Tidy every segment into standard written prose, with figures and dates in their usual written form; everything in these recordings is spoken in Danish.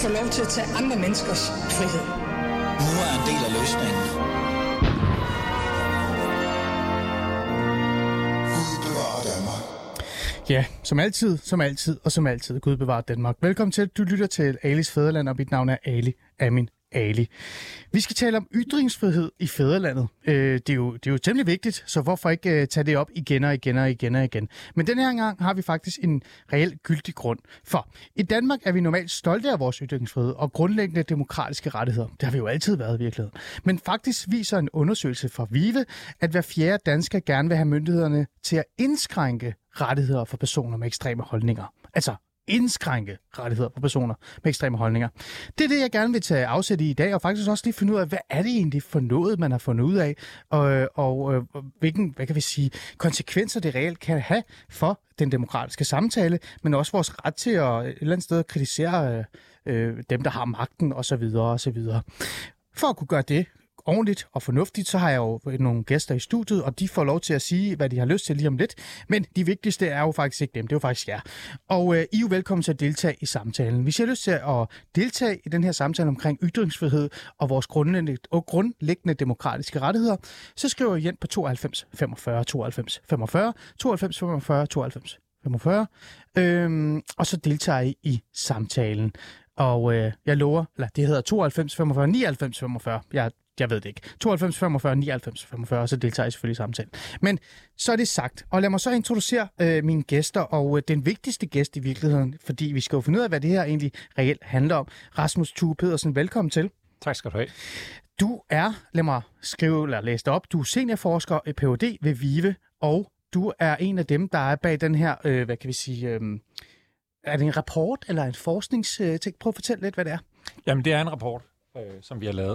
få lov til at tage andre menneskers frihed. Nu er en del af løsningen. Ja, som altid. Gud bevarer Danmark. Velkommen til. Du lytter til Alis Fædreland, og mit navn er Ali Amin Ali. Vi skal tale om ytringsfrihed i fædrelandet. Det er jo temmelig vigtigt, så hvorfor ikke tage det op igen og igen. Men denne her gang har vi faktisk en reelt gyldig grund. For i Danmark er vi normalt stolte af vores ytringsfrihed og grundlæggende demokratiske rettigheder. Det har vi jo altid været i virkeligheden. Men faktisk viser en undersøgelse fra VIVE, at hver fjerde dansker gerne vil have myndighederne til at indskrænke rettigheder for personer med ekstreme holdninger. Altså indskrænke rettigheder for personer med ekstreme holdninger. Det er det, jeg gerne vil tage afsæt i dag, og faktisk også lige finde ud af, hvad er det egentlig for noget, man har fundet ud af, og hvilken, hvad kan vi sige, konsekvenser det reelt kan have for den demokratiske samtale, men også vores ret til at et eller andet sted kritisere dem, der har magten, osv. For at kunne gøre det ordentligt og fornuftigt, så har jeg jo nogle gæster i studiet, og de får lov til at sige, hvad de har lyst til lige om lidt. Men de vigtigste er jo faktisk ikke dem, det er jo faktisk jer. Og I er jo velkommen til at deltage i samtalen. Hvis I har lyst til at deltage i den her samtale omkring ytringsfrihed og vores grundlæggende demokratiske rettigheder, så skriver I ind på 92 45 92 45, 92 45 92 45, og så deltager I i samtalen. Og jeg lover, eller det hedder 92 45 99 45. Jeg ved det ikke. 92 45 99 45, og så deltager jeg selvfølgelig i samtalen. Men så er det sagt. Og lad mig så introducere mine gæster, og den vigtigste gæst i virkeligheden, fordi vi skal jo finde ud af, hvad det her egentlig reelt handler om. Rasmus Thue Pedersen, velkommen til. Tak skal du have. Du er, lad mig skrive eller læse det op, du er seniorforsker i Ph.D. ved VIVE, og du er en af dem, der er bag den her, hvad kan vi sige, er det en rapport eller en forskningsting? Prøv at fortælle lidt, hvad det er. Jamen, det er en rapport, som vi har lavet,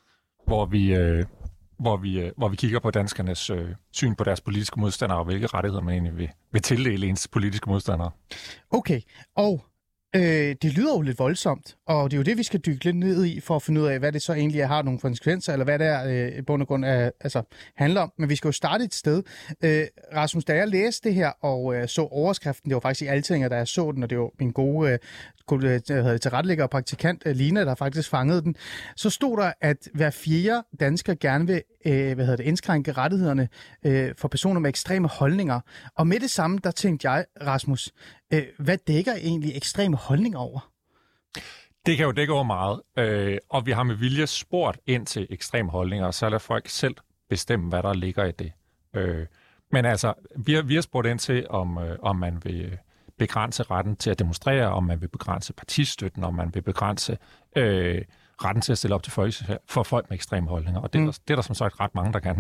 hvor vi kigger på danskernes syn på deres politiske modstandere, og hvilke rettigheder man egentlig vil tildele ens politiske modstandere. Okay, og det lyder jo lidt voldsomt, og det er jo det, vi skal dykke lidt ned i, for at finde ud af, hvad det så egentlig har nogle konsekvenser, eller hvad det er i bund og grund handler om. Men vi skal jo starte et sted. Rasmus, da jeg læste det her og så overskriften, det var faktisk i Altinget, da jeg så den, og det var min gode tilrettelægger og praktikant Lina, der faktisk fangede den, så stod der, at hver fjerde dansker gerne vil indskrænke rettighederne for personer med ekstreme holdninger. Og med det samme, der tænkte jeg, Rasmus, hvad dækker egentlig ekstreme holdninger over? Det kan jo dække over meget, og vi har med vilje spurgt ind til ekstreme holdninger, og så lader folk selv bestemme, hvad der ligger i det. Men altså, vi har spurgt ind til, om man vil begrænse retten til at demonstrere, om man vil begrænse partistøtten, om man vil begrænse retten til at stille op til for folk med ekstreme holdninger. Og det er der som sagt ret mange, der gerne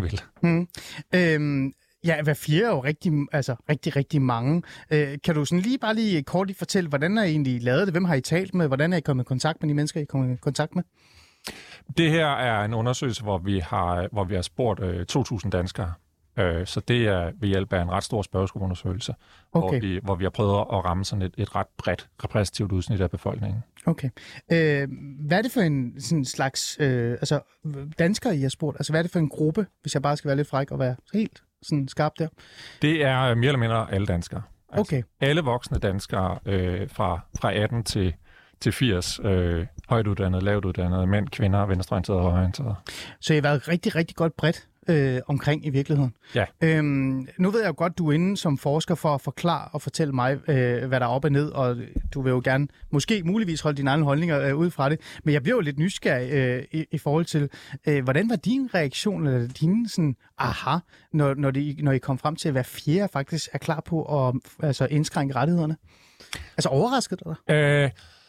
vil. Ja, hver fjerde er jo rigtig mange. Kan du sådan lige kort fortælle, hvordan har I egentlig lavet det? Hvem har I talt med? Hvordan er I kommet i kontakt med de mennesker, I er kommet i kontakt med? Det her er en undersøgelse, hvor vi har spurgt 2.000 danskere. Så det er ved hjælp af en ret stor spørgeskemaundersøgelse, okay, hvor vi har prøvet at ramme sådan et ret bredt repræsentativt udsnit af befolkningen. Okay. Hvad er det for en sådan slags danskere, I har spurgt? Altså, hvad er det for en gruppe, hvis jeg bare skal være lidt fræk og være helt sådan skarp der? Det er mere eller mindre alle danskere. Altså, okay. Alle voksne danskere fra 18 til 80, højtuddannede, lavtuddannede, mænd, kvinder, venstreorienterede og højreorienterede. Så I har været rigtig, rigtig godt bredt omkring i virkeligheden. Ja. Nu ved jeg jo godt, du er inde som forsker for at forklare og fortælle mig, hvad der er op og ned, og du vil jo gerne, muligvis holde dine egne holdninger ud fra det, men jeg bliver jo lidt nysgerrig i forhold til, hvordan var din reaktion, eller din sådan, når I kom frem til, at hver fjerde faktisk er klar på at indskrænke rettighederne? Altså overraskede du dig?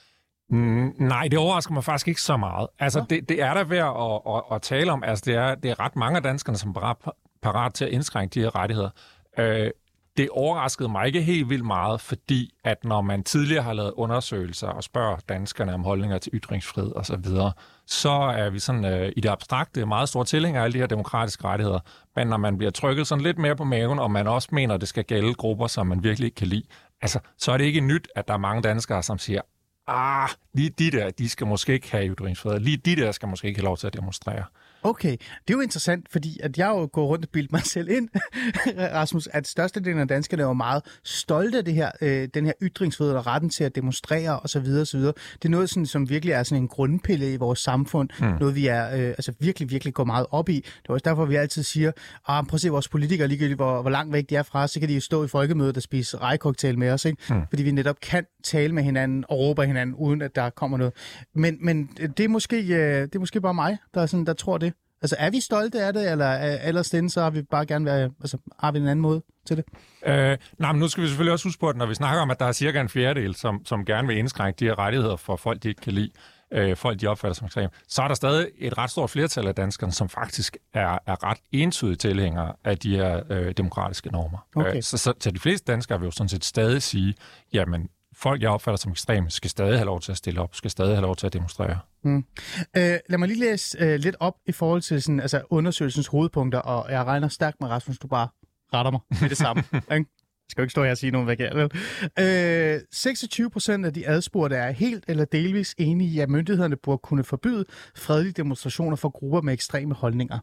Nej, det overrasker mig faktisk ikke så meget. Altså, det er der værd at tale om. Altså, det er ret mange af danskerne, som er parat til at indskrænke de her rettigheder. Det overraskede mig ikke helt vildt meget, fordi at når man tidligere har lavet undersøgelser og spørger danskerne om holdninger til ytringsfrihed og så videre, så er vi sådan i det abstrakte meget store tilhængere af alle de her demokratiske rettigheder. Men når man bliver trykket sådan lidt mere på maven, og man også mener, at det skal gælde grupper, som man virkelig ikke kan lide, altså, så er det ikke nyt, at der er mange danskere, som siger, lige de der, de skal måske ikke have ytringsfrihed. Lige de der skal måske ikke have lov til at demonstrere. Okay, det er jo interessant, fordi at jeg jo går rundt og bilder mig selv ind, Rasmus, at størstedelen af danskerne er jo meget stolte af det her, den her ytringsfrihed og retten til at demonstrere osv. osv. Det er noget, sådan, som virkelig er sådan en grundpille i vores samfund, noget vi er virkelig, virkelig går meget op i. Det er også derfor, vi altid siger, prøv at se vores politikere, ligegyldigt hvor langt væk de er fra, så kan de jo stå i folkemødet og spise rejcocktail med os, ikke? Fordi vi netop kan tale med hinanden og råbe hinanden, uden at der kommer noget. Men det er måske bare mig, der tror det. Altså, er vi stolte af det, eller ellers den, så har vi bare gerne været, har vi en anden måde til det? Men nu skal vi selvfølgelig også huske på, at når vi snakker om, at der er cirka en fjerdedel, som gerne vil indskrænke de her rettigheder for folk, de ikke kan lide, folk, de opfatter som ekstreme, så er der stadig et ret stort flertal af danskerne, som faktisk er ret entydige tilhængere af de her demokratiske normer. Okay. Så de fleste danskere vil jo sådan set stadig sige, jamen, folk, jeg opfatter som ekstreme, skal stadig have lov til at stille op, skal stadig have lov til at demonstrere. Lad mig lige læse lidt op i forhold til sådan, undersøgelsens hovedpunkter, og jeg regner stærkt med, Rasmus, du bare retter mig med det samme. Ikke? Jeg skal jo ikke stå her og sige noget, hvad jeg 26% af de adspurgte er helt eller delvis enige i, at myndighederne burde kunne forbyde fredelige demonstrationer for grupper med ekstreme holdninger.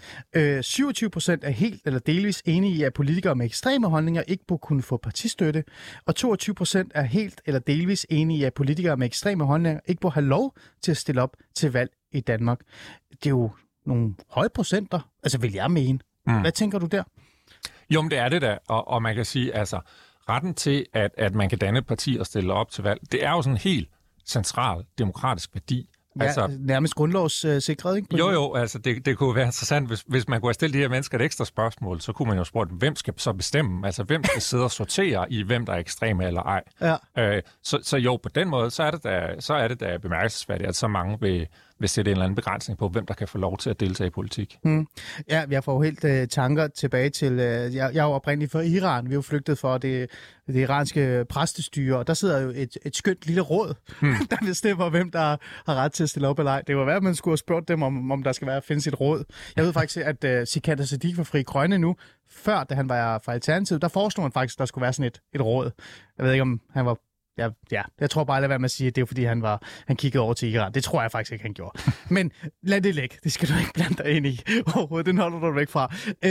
27% er helt eller delvis enige i, at politikere med ekstreme holdninger ikke burde kunne få partistøtte. Og 22% er helt eller delvis enige i, at politikere med ekstreme holdninger ikke burde have lov til at stille op til valg i Danmark. Det er jo nogle høje procenter, vil jeg mene. Hvad tænker du der? Jo, men det er det da, og man kan sige, retten til, at man kan danne et parti og stille op til valg, det er jo sådan en helt central demokratisk værdi. Ja, nærmest grundlovssikret, ikke? Jo, det kunne være interessant, hvis man kunne have stillet de her mennesker et ekstra spørgsmål, så kunne man jo spørge, hvem skal så bestemme? Hvem skal sidde og sortere i, hvem der er ekstreme eller ej? Ja. Så jo, på den måde, så er det da bemærkelsesværdigt, at så mange vil sætte en eller anden begrænsning på, hvem der kan få lov til at deltage i politik. Ja, jeg får helt tanker tilbage til... Jeg er jo oprindeligt fra Iran. Vi er jo flygtet for det iranske præstestyre, og der sidder jo et skønt lille råd, der bestemmer, hvem der har ret til at stille op eller ej. Det var værd, at man skulle have spurgt dem, om der skal findes et råd. Jeg ved faktisk, at Sikandar Siddique var Fri Grønne nu, før da han var fra Alternativet, der foreslog han faktisk, at der skulle være sådan et råd. Jeg ved ikke, om han var... Ja, jeg tror bare, at man siger, at det er fordi, han kiggede over til Iran. Det tror jeg faktisk ikke, han gjorde. Men lad det ligge. Det skal du ikke blande dig ind i overhovedet. Den holder du væk fra.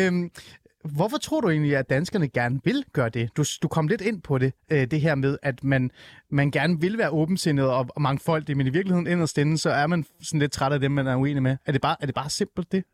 Hvorfor tror du egentlig, at danskerne gerne vil gøre det? Du kom lidt ind på det her med, at man gerne vil være åbensindet og mangfoldig, men i virkeligheden inderst inde, så er man sådan lidt træt af dem, man er uenig med. Er det bare simpelt det?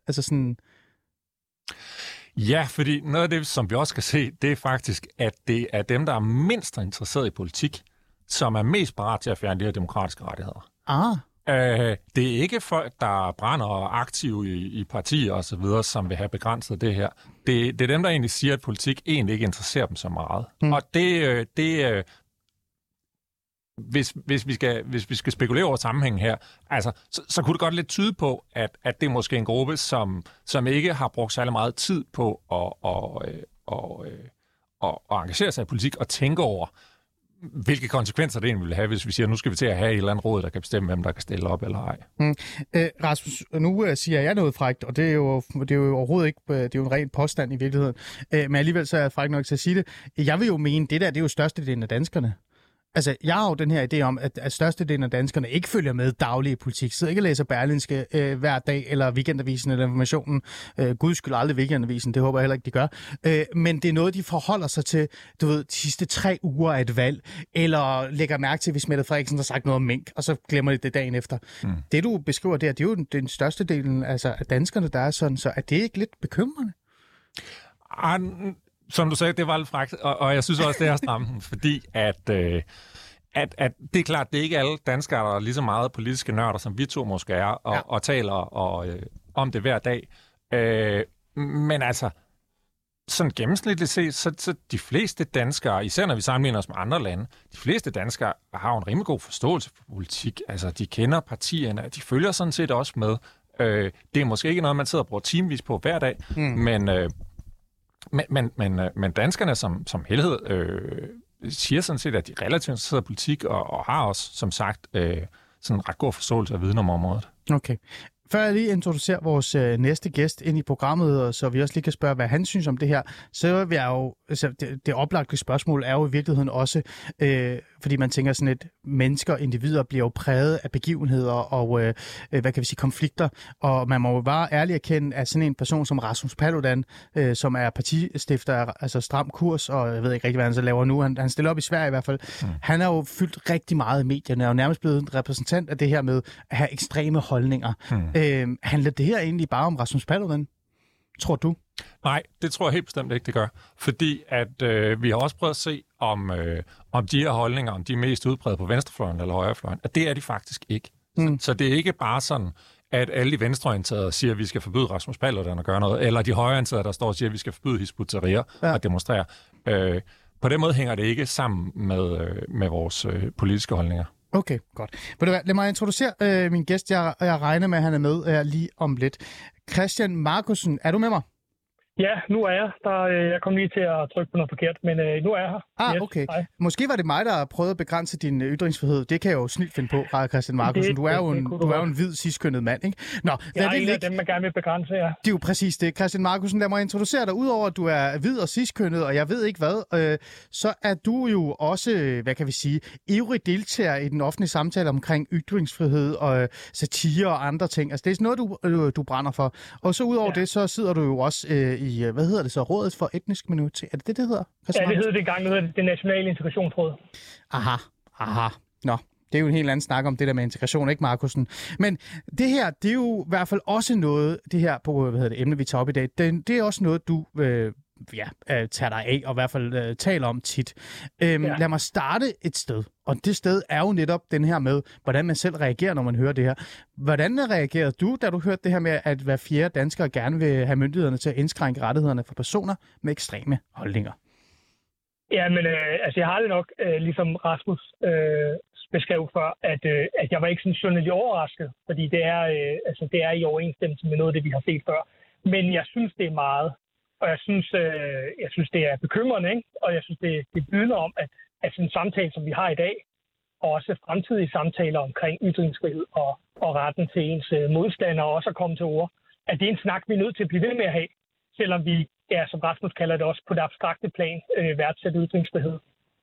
Ja, fordi noget af det, som vi også kan se, det er faktisk, at det er dem, der er mindst interesseret i politik, som er mest parat til at fjerne de her demokratiske rettigheder. Det er ikke folk, der brænder og aktive i partier og så videre, som vil have begrænset det her. Det er dem, der egentlig siger, at politik egentlig ikke interesserer dem så meget. Og hvis vi skal spekulere over sammenhængen her, så kunne det godt lidt tyde på, at det er måske en gruppe, som ikke har brugt særlig meget tid på at engagere sig i politik og tænke over, hvilke konsekvenser det egentlig vil have, hvis vi siger, at nu skal vi til at have et eller andet råd, der kan bestemme, hvem der kan stille op eller ej. Rasmus, nu siger jeg noget frækt, og det er jo overhovedet ikke, det er jo en ren påstand i virkeligheden, men alligevel så er jeg fræk nok til at sige det. Jeg vil jo mene, det er jo størstedelen af danskerne. Jeg har jo den her idé om, at størstedelen af danskerne ikke følger med daglig i politik, så ikke læser Berlingske hver dag, eller Weekendavisen eller Informationen. Gud skyld aldrig Weekendavisen, det håber jeg heller ikke, de gør. Men det er noget, de forholder sig til, de sidste 3 uger af et valg, eller lægger mærke til, hvis Mette Frederiksen har sagt noget om mink, og så glemmer de det dagen efter. Det, du beskriver der, det er jo den største del af danskerne, der er sådan, så er det ikke lidt bekymrende? Som du sagde, det var lidt frækt, og jeg synes også, det er stramt, fordi at det er klart, det er ikke alle danskere, der er lige så meget politiske nørder, som vi to måske er, og taler om det hver dag. Men sådan gennemsnitligt set, så de fleste danskere, især når vi sammenligner os med andre lande, de fleste danskere har jo en rimelig god forståelse for politik. De kender partierne, de følger sådan set også med. Det er måske ikke noget, man sidder og bruger timevis på hver dag, Men danskerne som helhed siger sådan set, at de relativt interesserede politik og har også, som sagt, sådan en ret god forståelse af viden om området. Okay. Før jeg lige introducerer vores næste gæst ind i programmet, og så vi også lige kan spørge, hvad han synes om det her, så vil jeg jo, altså det oplagte spørgsmål er jo i virkeligheden også, fordi man tænker sådan, at mennesker, individer bliver jo præget af begivenheder og, hvad kan vi sige, konflikter, og man må jo bare ærligt erkende, at sådan en person som Rasmus Paludan, som er partistifter af altså Stram Kurs, og jeg ved ikke rigtig, hvad han så laver nu, han stiller op i Sverige i hvert fald, han har jo fyldt rigtig meget i medierne, og er nærmest blevet en repræsentant af det her med at have ekstreme holdninger. Handler det her egentlig bare om Rasmus Paludan? Tror du? Nej, det tror jeg helt bestemt ikke, det gør. Fordi at vi har også prøvet at se, om de her holdninger, om de er mest udbredt på venstrefløjen eller højrefløjen, at det er de faktisk ikke. Så det er ikke bare sådan, at alle de venstreorienterede siger, at vi skal forbyde Rasmus Paludan at gøre noget, eller de højreorienterede, der står og siger, at vi skal forbyde Hizb ut-Tahrir at demonstrere. På den måde hænger det ikke sammen med vores politiske holdninger. Okay, godt. Lad mig introducere min gæst. Jeg regner med, at han er med lige om lidt. Christian Marcussen, er du med mig? Ja, nu er jeg. Jeg kom lige til at trykke på noget forkert, men nu er jeg her. Yes, okay. Hej. Måske var det mig, der prøvede at begrænse din ytringsfrihed. Det kan jeg jo snilt finde på, Christian Marcussen. Du er jo en hvid, ciskønnet mand, ikke? Nå, jeg er en af dem, man gerne vil begrænse, ja. Det er jo præcis det. Christian Marcussen, lad mig introducere dig. Udover at du er hvid og ciskønnet, og jeg ved ikke hvad, så er du jo også, hvad kan vi sige, ivrig deltager i den offentlige samtale omkring ytringsfrihed og satire og andre ting. Altså, det er sådan noget, du brænder for. Og så udover det, så sidder du jo også i, hvad hedder det så, Rådet for Etnisk Minoritet? Er det hedder? Ja, det hedder det engang, det hedder det Nationale Integrationsråd. Aha. Nå, det er jo en helt anden snak om det der med integration, ikke, Marcussen? Men det her, det er jo i hvert fald også noget, det her på, emne, vi tager op i dag, det er også noget, du tager dig af, og i hvert fald taler om tit. Lad mig starte et sted, og det sted er jo netop den her med, hvordan man selv reagerer, når man hører det her. Hvordan reagerede du, da du hørte det her med, at hver fjerde dansker gerne vil have myndighederne til at indskrænke rettighederne for personer med ekstreme holdninger? Ja, men jeg har det nok, ligesom Rasmus beskrev før, at jeg var ikke sådan synderligt overrasket, fordi det er i overensstemmelse med noget af det, vi har set før. Men jeg synes, det er meget. Og jeg synes, det er bekymrende, ikke? Og jeg synes, det vidner om, at sådan en samtale, som vi har i dag, og også fremtidige samtaler omkring ytringsfrihed og retten til ens modstandere også at komme til ord, at det er en snak, vi er nødt til at blive ved med at have, selvom vi, som Rasmus kalder det også, på det abstrakte plan værdsætte ytringsfrihed.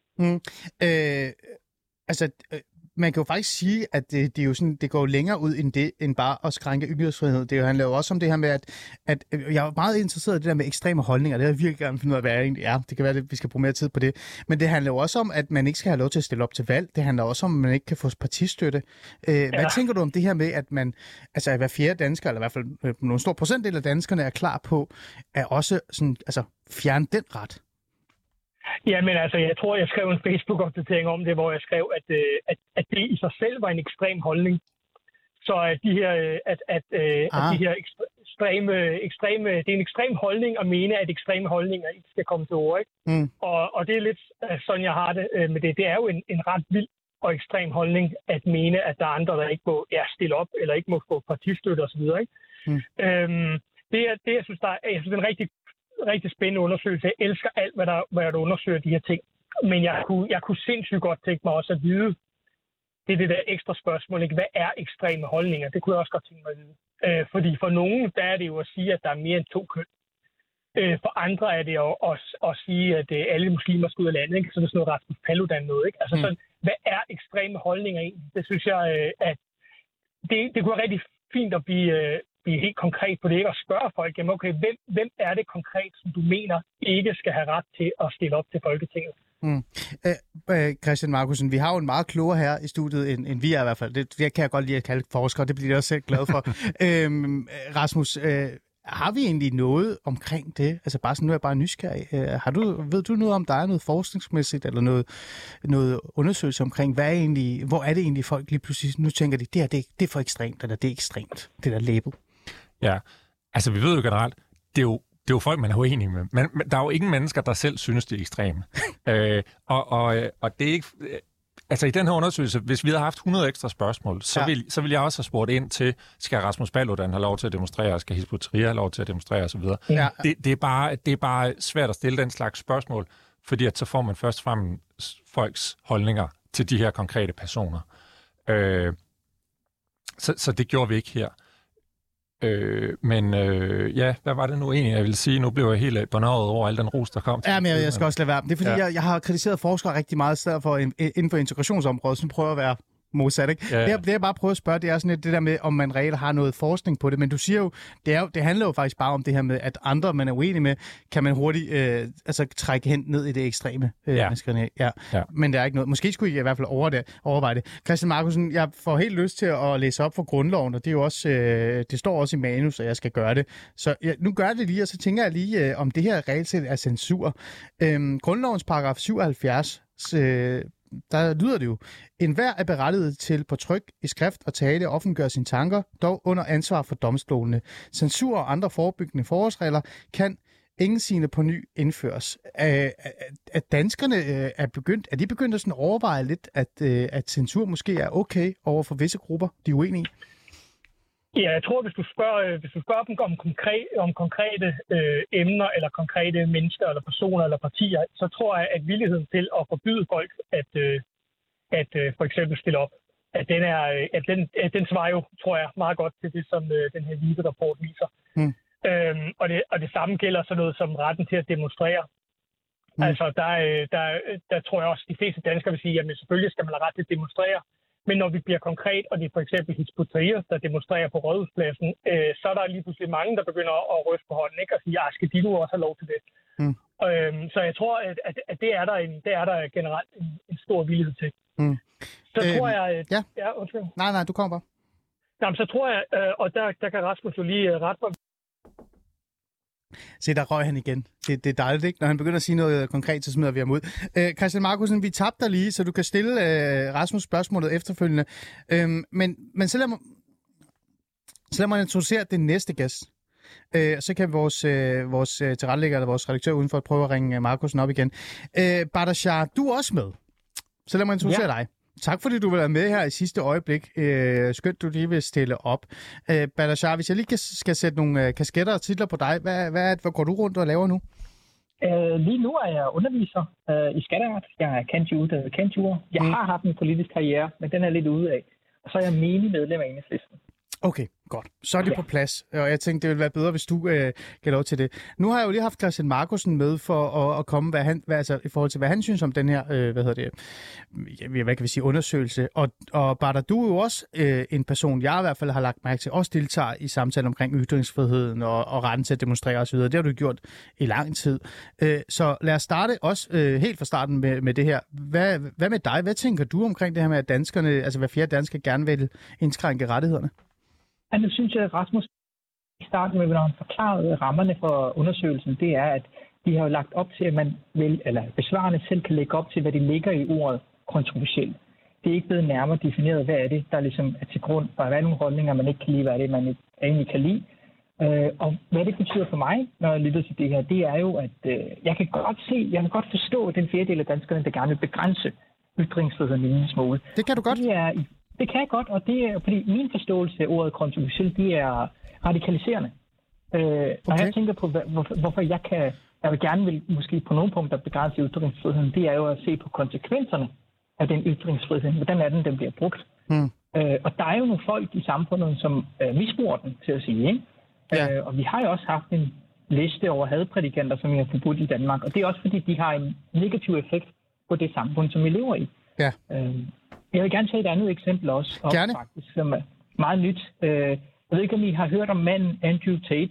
Man kan jo faktisk sige, at det er jo sådan, det går længere ud end bare at skrænke ytringsfrihed. Det handler jo også om det her med, at jeg er meget interesseret i det der med ekstreme holdninger. Det har jeg virkelig gerne finde ud af, hvad jeg egentlig er. Det kan være, at vi skal bruge mere tid på det. Men det handler jo også om, at man ikke skal have lov til at stille op til valg. Det handler også om, at man ikke kan få partistøtte. Hvad tænker du om det her med, at man, altså at hver fjerde dansker, eller i hvert fald nogle stor procentdel af danskerne er klar på, at også sådan, altså fjerne den ret? Jamen jeg tror, jeg skrev en Facebook-opdatering om det, hvor jeg skrev, at det i sig selv var en ekstrem holdning. Så at de her, de her ekstreme, det er en ekstrem holdning at mene, at ekstreme holdninger ikke skal komme til ord, ikke? Og det er lidt sådan, jeg har det med det. Det er jo en ret vild og ekstrem holdning at mene, at der er andre, der ikke må stille op, eller ikke må få partistøtte osv., ikke? Det, jeg synes, jeg synes, det er en rigtig spændende undersøgelse. Jeg elsker alt, hvad der undersøger de her ting. Men jeg kunne sindssygt godt tænke mig også at vide, det er det der ekstra spørgsmål, ikke? Hvad er ekstreme holdninger? Det kunne jeg også godt tænke mig at vide. Fordi for nogen, der er det jo at sige, at der er mere end 2 køn. For andre er det jo at sige, at alle muslimer skal ud af landet, ikke? Så det er sådan noget Rasmus Paludan noget, ikke? Altså sådan, hvad er ekstreme holdninger egentlig? Det synes jeg, at det kunne være rigtig fint at blive helt konkret på det, ikke? Og spørge folk, jamen okay, hvem er det konkret, som du mener ikke skal have ret til at stille op til Folketinget? Christian Marcussen, vi har jo en meget klogere her i studiet, end vi er i hvert fald. Det kan jeg godt lide at kalde forskere, det bliver jeg også selv glad for. Rasmus, har vi egentlig noget omkring det? Altså bare sådan, nu er jeg bare nysgerrig. Ved du noget om, der er noget forskningsmæssigt, eller noget undersøgelse omkring, hvor er det egentlig folk lige pludselig, nu tænker de, det er for ekstremt, eller det er ekstremt, det der label? Ja, altså vi ved jo generelt, det er jo folk, man er uenig med. Men der er jo ingen mennesker, der selv synes, det er ekstremt. Og det er ikke... Altså i den her undersøgelse, hvis vi havde haft 100 ekstra spørgsmål, så ville jeg også have spurgt ind til, skal Rasmus Paludan have lov til at demonstrere, skal Hizb ut-Tahrir have lov til at demonstrere osv. Ja. Det er bare svært at stille den slags spørgsmål, fordi at så får man først frem folks holdninger til de her konkrete personer. Så det gjorde vi ikke her. Men hvad var det nu egentlig, jeg ville sige? Nu blev jeg helt benådet over al den ros, der kom til. Ja, men jeg skal også lade være. Det er fordi, jeg har kritiseret forskere rigtig meget, i stedet for inden for integrationsområdet, som prøver at være modsat, ikke? Ja. Det jeg bare prøver at spørge, det er sådan lidt det der med, om man reelt har noget forskning på det, men du siger jo, det handler jo faktisk bare om det her med, at andre, man er uenig med, kan man hurtigt trække hen ned i det ekstreme. Ja. Men der er ikke noget. Måske skulle I i hvert fald overveje det. Christian Marcussen, jeg får helt lyst til at læse op for grundloven, og det er jo også, det står også i manus, at jeg skal gøre det. Så nu gør jeg det lige, og så tænker jeg lige, om det her reelt set er censur. Grundlovens paragraf 77, der lyder det jo: enhver er berettiget til på tryk, i skrift og tale at offentliggøre sine tanker, dog under ansvar for domstolene. Censur og andre forebyggende forholdsregler kan ingen sine på ny indføres. At danskerne er de begyndt at sådan overveje lidt, at censur måske er okay over for visse grupper, de er uenige? Ja, jeg tror, hvis du spørger dem om konkrete emner eller konkrete mennesker eller personer eller partier, så tror jeg, at villigheden til at forbyde folk at for eksempel stille op, at den svarer jo, tror jeg, meget godt til det, som den her VIVE-rapport viser. Og det samme gælder sådan noget som retten til at demonstrere. Altså, der tror jeg også, at de fleste danskere vil sige, at selvfølgelig skal man have ret til at demonstrere. Men når vi bliver konkret, og det er for eksempel Hizb ut-Tahrir, der demonstrerer på Rådhuspladsen, så er der lige pludselig mange, der begynder at ryste på hånden, ikke? Og sige, skal de nu også have lov til det? Så jeg tror, at det er der generelt en stor villighed til. Så tror jeg... Ja, undskyld. Nej, du kommer bare. Jamen, så tror jeg, og der kan Rasmus jo lige rette mig. Se, der røg han igen. Det er dejligt, ikke? Når han begynder at sige noget konkret, så smider vi ham ud. Christian Marcussen, vi tabte dig lige, så du kan stille Rasmus spørgsmålet efterfølgende. Men så lad mig introducere den næste gæst. Så kan vores tilrettelægger eller vores redaktør udenfor prøve at ringe Marcussen op igen. Bardashar, du er også med. Så lad mig introducere dig. Tak fordi du vil være med her i sidste øjeblik. Skønt, du lige vil stille op. Bardashar, hvis jeg lige skal sætte nogle kasketter og titler på dig, hvad går du rundt og laver nu? Lige nu er jeg underviser i skatteret. Jeg er uddannet cand.jur. Jeg har haft en politisk karriere, men den er lidt ude af. Og så er jeg menig medlem af Enhedslisten. Okay, godt. Så er det på plads, og jeg tænkte, det ville være bedre, hvis du gav lov til det. Nu har jeg jo lige haft Christian Marcussen med for at komme, i forhold til, hvad han synes om den her, hvad kan vi sige, undersøgelse. Og Bardar, du er jo også en person, jeg i hvert fald har lagt mærke til, også deltager i samtalen omkring ytringsfriheden og retten til at demonstrere osv. Det har du gjort i lang tid. Så lad os starte også helt fra starten med det her. Hvad med dig? Hvad tænker du omkring det her med, at danskerne, altså hver fjerde dansker gerne vil indskrænke rettighederne? Jeg synes, at Rasmus i starten med, når han forklarede rammerne for undersøgelsen, det er, at de har lagt op til, at man vil, eller besvarende selv kan lægge op til, hvad det ligger i ordet kontroversielt. Det er ikke blevet nærmere defineret, hvad er det, der ligesom er til grund for, hvad er nogle holdninger, man ikke kan lide, hvad er det, man egentlig kan lide. Og hvad det betyder for mig, når jeg lytter til det her, det er jo, at jeg kan godt forstå den fjerdedel af danskerne, der gerne vil begrænse ytringsfriheden en lille smule. Det kan du godt? Det kan jeg godt, og det er, fordi min forståelse af ordet kontroversielt, det er radikaliserende. Og jeg tænker på, hvorfor jeg vil gerne vil måske på nogle punkter begrænse ytringsfriheden, det er jo at se på konsekvenserne af den ytringsfrihed. Hvordan er den bliver brugt? Og der er jo nogle folk i samfundet, som misbruger den, til at sige, ikke? Ja. Og vi har jo også haft en liste over hadprædikanter, som vi har forbudt i Danmark, og det er også fordi, de har en negativ effekt på det samfund, som vi lever i. Ja. Jeg vil gerne tage et andet eksempel også, faktisk, som er meget nyt. Jeg ved ikke, om I har hørt om manden Andrew Tate.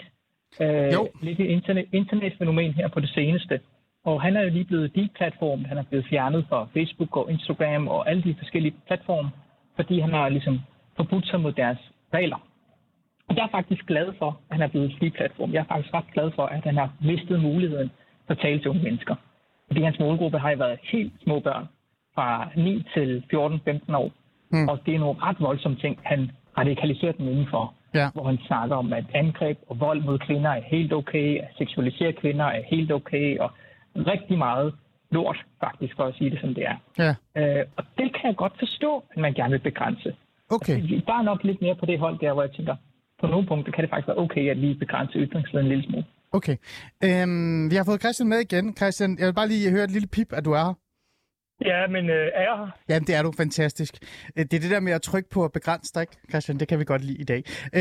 Lidt internetfænomen her på det seneste. Og han er jo lige blevet deplatformet. Han er blevet fjernet fra Facebook og Instagram og alle de forskellige platforme, fordi han har ligesom forbudt sig mod deres regler. Og jeg er faktisk glad for, at han er blevet deplatformet. Jeg er faktisk ret glad for, at han har mistet muligheden for at tale til unge mennesker. Fordi hans målgruppe har jo været helt små børn, fra 9 til 14-15 år. Og det er nogle ret voldsomme ting, han radikaliserer dem indenfor. Ja. Hvor han snakker om, at angreb og vold mod kvinder er helt okay, at seksualisere kvinder er helt okay, og rigtig meget lort, faktisk, for at sige det, som det er. Ja. Og det kan jeg godt forstå, at man gerne vil begrænse. Okay. Altså, bare nok lidt mere på det hold der, hvor jeg tænker, på nogle punkter kan det faktisk være okay, at vi begrænser ytringsfriheden en lille smule. Okay. Vi har fået Christian med igen. Christian, jeg vil bare lige høre et lille pip, at du er her. Ja, men er jeg her? Jamen, det er du fantastisk. Det er det der med at trykke på at begrænse dig, Christian. Det kan vi godt lide i dag.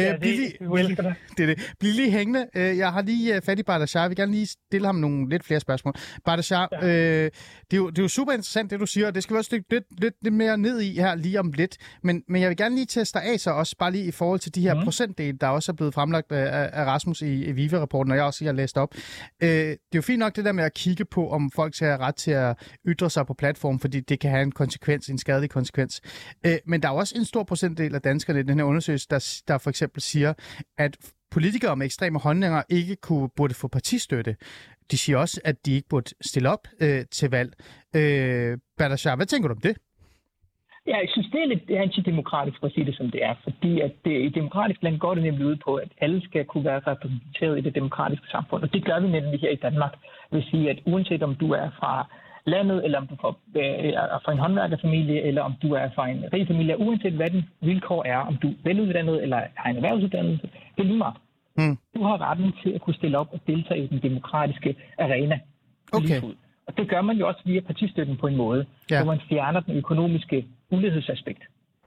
Bliv lige hængende. Jeg har lige fat i Bardashar. Jeg vil gerne lige stille ham nogle lidt flere spørgsmål. Bardashar, det er jo super interessant, det du siger, og det skal vi også dykke lidt mere ned i her lige om lidt. Men jeg vil gerne lige teste af sig også, bare lige i forhold til de her procentdele, der også er blevet fremlagt af Rasmus i VIVE-rapporten, og jeg også har læst op. Det er jo fint nok det der med at kigge på, om folk skal have ret til at ytre sig på platform, fordi det kan have en konsekvens, en skadelig konsekvens. Men der er også en stor procentdel af danskerne i den her undersøgelse, der for eksempel siger, at politikere med ekstreme holdninger ikke burde få partistøtte. De siger også, at de ikke burde stille op til valg. Bardashar, hvad tænker du om det? Ja, jeg synes, det er lidt antidemokratisk for at sige det, som det er. Fordi at i demokratisk land går det nemlig ud på, at alle skal kunne være repræsenteret i det demokratiske samfund. Og det gør vi nemlig her i Danmark. Det vil sige, at uanset om du er fra landet, eller om du er fra en håndværkerfamilie, eller om du er fra en rig familie, uanset hvad den vilkår er, om du er veluddannet eller har en erhvervsuddannelse, det er lige meget. Du har retten til at kunne stille op og deltage i den demokratiske arena. Okay. Og det gør man jo også via partistøtten på en måde, hvor man fjerner den økonomiske ulighedsaspekt.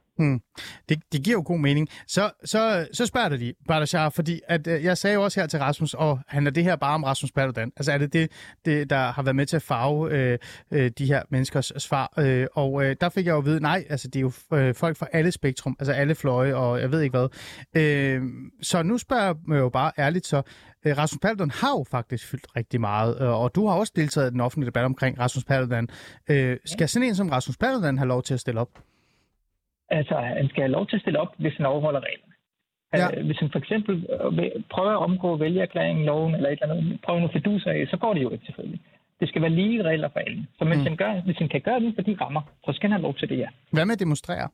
Det giver jo god mening. Så spørger jeg dig lige, Bardashar, fordi at, jeg sagde jo også her til Rasmus, og handler det her bare om Rasmus Paludan? Altså er det der har været med til at farve de her menneskers svar? Og der fik jeg jo at vide, nej, altså det er jo folk fra alle spektrum, altså alle fløje, og jeg ved ikke hvad. Så nu spørger jeg jo bare ærligt så, Rasmus Paludan har jo faktisk fyldt rigtig meget, og du har også deltaget i den offentlige debat omkring Rasmus Paludan. Skal sådan en som Rasmus Paludan have lov til at stille op? Altså, han skal have lov til at stille op, hvis han overholder reglerne. Ja. Hvis han for eksempel prøver at omgå vælgererklæringen, loven eller et eller andet, prøver noget fiduser af, så går det jo ikke selvfølgelig. Det skal være lige regler for alle. Så hvis han kan gøre det for de rammer, så skal han have lov til det, ja. Hvad med at demonstrere?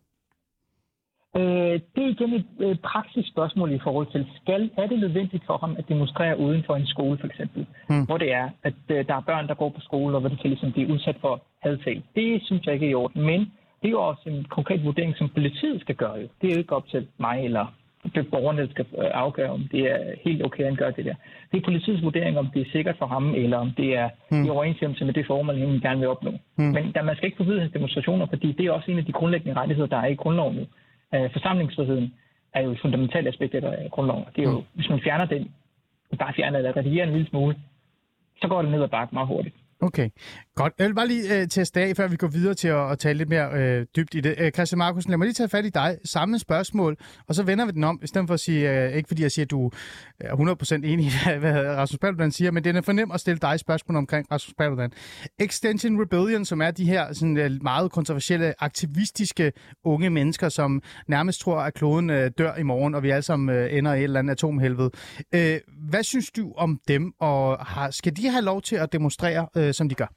Det er igen et praktisk spørgsmål i forhold til, er det nødvendigt for ham at demonstrere uden for en skole for eksempel? Hvor det er, at der er børn, der går på skole, og hvor det til ligesom bliver udsat for hadtale. Det synes jeg ikke er i orden, men det er jo også en konkret vurdering, som politiet skal gøre. Det er jo ikke op til mig eller borgerne, der skal afgøre, om det er helt okay, at han gør det der. Det er politiets vurdering, om det er sikkert for ham, eller om det er i overensstemmelse med det formål, han gerne vil opnå. Men man skal ikke forbyde hans demonstrationer, fordi det er også en af de grundlæggende rettigheder, der er i grundloven nu. Forsamlingsfriheden er jo et fundamentalt aspekt af grundloven. Det er jo, hvis man fjerner den, bare fjerner eller redigerer en lille smule, så går det ned ad bakke meget hurtigt. Okay, godt. Jeg vil bare lige teste af, før vi går videre til at tale lidt mere dybt i det. Christian Marcussen, lad mig lige tage fat i dig. Samme spørgsmål, og så vender vi den om, i stedet for at sige, ikke fordi jeg siger, at du er 100% enig i, hvad Rasmus Paludan siger, men det er for nemt at stille dig spørgsmål omkring Rasmus Paludan. Extinction Rebellion, som er de her sådan, meget kontroversielle, aktivistiske unge mennesker, som nærmest tror, at kloden dør i morgen, og vi alle sammen ender i et eller andet atomhelvede. Hvad synes du om dem, og skal de have lov til at demonstrere, som de gør?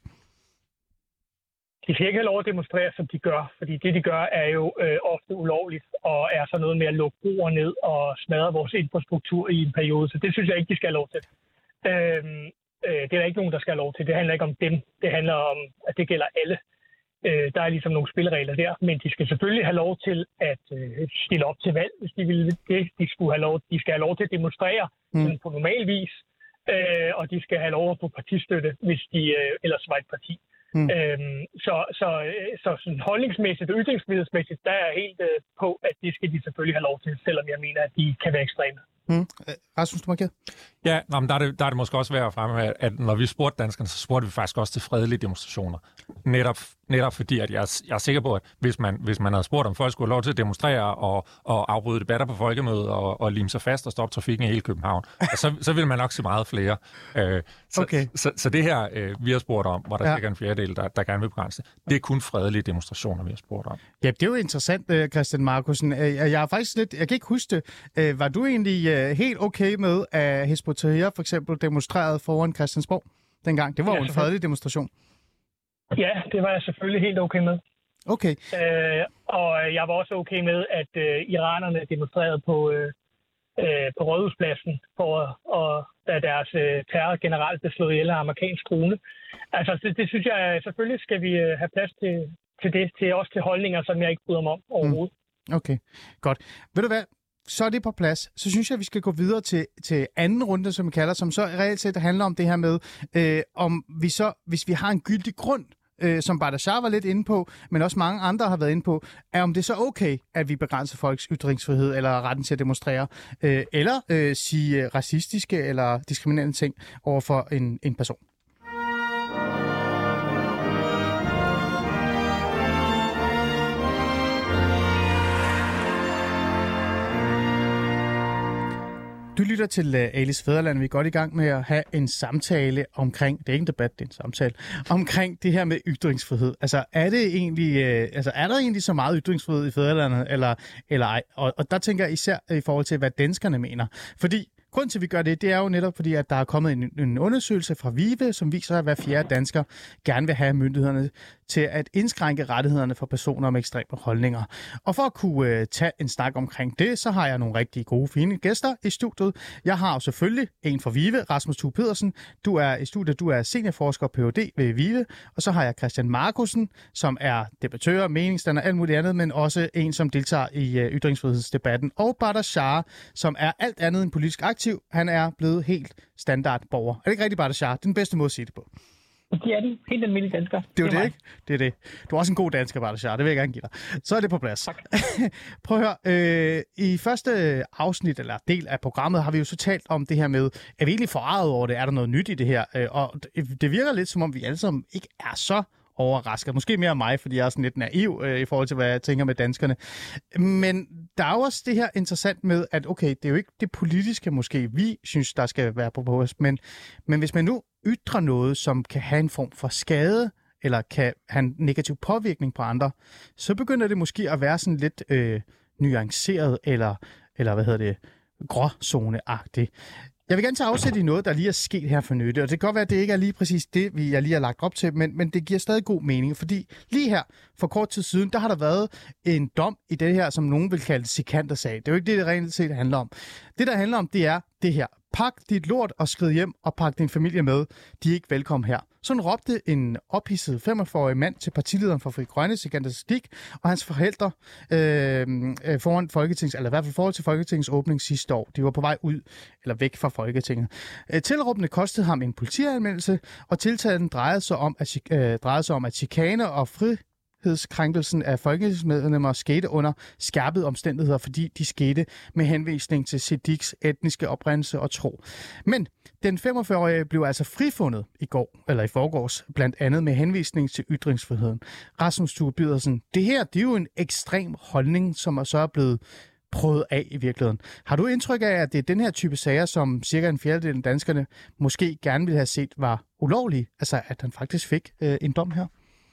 De skal ikke have lov at demonstrere, som de gør, fordi det, de gør, er jo ofte ulovligt, og er så noget med at lukke broer ned og smadre vores infrastruktur i en periode, så det synes jeg ikke, de skal have lov til. Det er der ikke nogen, der skal have lov til. Det handler ikke om dem. Det handler om, at det gælder alle. Der er ligesom nogle spilleregler der, men de skal selvfølgelig have lov til at stille op til valg, hvis de vil det. De skal have lov til at demonstrere på normal vis, og de skal have lov at få partistøtte, hvis de ellers var et parti. Så sådan holdningsmæssigt og ytringsfrihedsmæssigt, der er helt på, at det skal de selvfølgelig have lov til, selvom jeg mener, at de kan være ekstreme. Rasmus, du markerer? Ja, der er det måske også værd at fremme, at når vi spurgte danskerne, så spurgte vi faktisk også til fredelige demonstrationer. Netop fordi, at jeg er sikker på, at hvis man havde spurgt, om folk skulle have lov til at demonstrere og afbryde debatter på folkemødet og lime sig fast og stoppe trafikken i hele København, så ville man nok se meget flere. Så det her, vi har spurgt om, hvor der sikkert en fjerdedel, der gerne vil begrænse, det er kun fredelige demonstrationer, vi har spurgt om. Ja, det er jo interessant, Christian Marcussen. Jeg er faktisk lidt, jeg kan ikke huske det. Var du egentlig helt okay med, at Hizb ut-Tahrir for eksempel demonstrerede foran Christiansborg dengang? Det var jo en fredelig demonstration. Ja, det var jeg selvfølgelig helt okay med. Okay. Og jeg var også okay med, at iranerne demonstrerede på Rådhuspladsen, da deres terrorgeneral blev slået ihjel af amerikansk drone. Altså, det synes jeg, selvfølgelig skal vi have plads til det, også til holdninger, som jeg ikke bryder mig om overhovedet. Okay, godt. Ved du hvad? Så er det på plads. Så synes jeg, at vi skal gå videre til anden runde, som vi kalder, som så reelt set handler om det her med, om vi så, hvis vi har en gyldig grund som Bardashar var lidt inde på, men også mange andre har været inde på, er om det så okay, at vi begrænser folks ytringsfrihed eller retten til at demonstrere, eller sige racistiske eller diskriminerende ting over for en person. Du lytter til Alis Fædreland. Vi er godt i gang med at have en samtale omkring, det er ikke en debat, det er en samtale, omkring det her med ytringsfrihed. Altså er der egentlig så meget ytringsfrihed i Fædrelandet, eller ej? Og der tænker jeg især i forhold til, hvad danskerne mener. Fordi grunden til, at vi gør det, det er jo netop fordi, at der er kommet en undersøgelse fra VIVE, som viser, at hver fjerde dansker gerne vil have myndighederne til at indskrænke rettighederne for personer med ekstreme holdninger. Og for at kunne tage en snak omkring det, så har jeg nogle rigtig gode, fine gæster i studiet. Jeg har jo selvfølgelig en fra VIVE, Rasmus Thue Pedersen. Du er i studiet, du er seniorforsker og Ph.D. ved VIVE. Og så har jeg Christian Markussen, som er debattør, meningsdanner og alt muligt andet, men også en, som deltager i ytringsfrihedsdebatten. Og Bardashar, som er alt andet end politisk aktiv. Han er blevet helt standardborger. Er det ikke rigtigt, Bardashar? Det er den bedste måde at sige det på. Det er de. Helt almindelige danskere. Det er det, ikke? Det er det. Du er også en god dansker, Bardashar. Det vil jeg gerne give dig. Så er det på plads. Tak. Prøv at høre. I første afsnit, eller del af programmet, har vi jo så talt om det her med, er vi egentlig forarget over det? Er der noget nyt i det her? Og det virker lidt, som om vi alle sammen ikke er så overrasket. Måske mere mig, fordi jeg er sådan lidt naiv i forhold til, hvad jeg tænker med danskerne. Men der er jo også det her interessant med, at okay, det er jo ikke det politiske måske, vi synes, der skal være på vores, men hvis man nu ytrer noget, som kan have en form for skade, eller kan have en negativ påvirkning på andre, så begynder det måske at være sådan lidt nuanceret, eller gråzoneagtigt. Jeg vil gerne tage afsæt i noget, der lige er sket her for nytte, og det kan godt være, at det ikke er lige præcis det, jeg lige har lagt op til, men det giver stadig god mening, fordi lige her, for kort tid siden, der har der været en dom i det her, som nogen vil kalde Sikander-sag. Det er jo ikke det rent set handler om. Det, der handler om, det er det her. Pak dit lort og skrid hjem og pak din familie med. De er ikke velkommen her. Sådan råbte en ophidset 45-årig mand til partilederen for Fri Grønne, Sikander Siddiq, og hans forældre foran Folketings, eller i hvert fald forhold til Folketingets åbning sidste år. De var på vej ud eller væk fra Folketinget. Tilråbene kostede ham en politianmeldelse, og tiltalen drejede sig om, at chikane og frihedskrænkelsen af folketingsmedlemmer skete under skærpede omstændigheder, fordi de skete med henvisning til Siddiqs etniske oprindelse og tro. Men den 45-årige blev altså frifundet i forgårs, blandt andet med henvisning til ytringsfriheden. Rasmus Thue Pedersen, det her, det er jo en ekstrem holdning, som så er blevet prøvet af i virkeligheden. Har du indtryk af, at det er den her type sager, som cirka en fjerdedel af danskerne måske gerne ville have set var ulovlige? Altså, at han faktisk fik en dom her?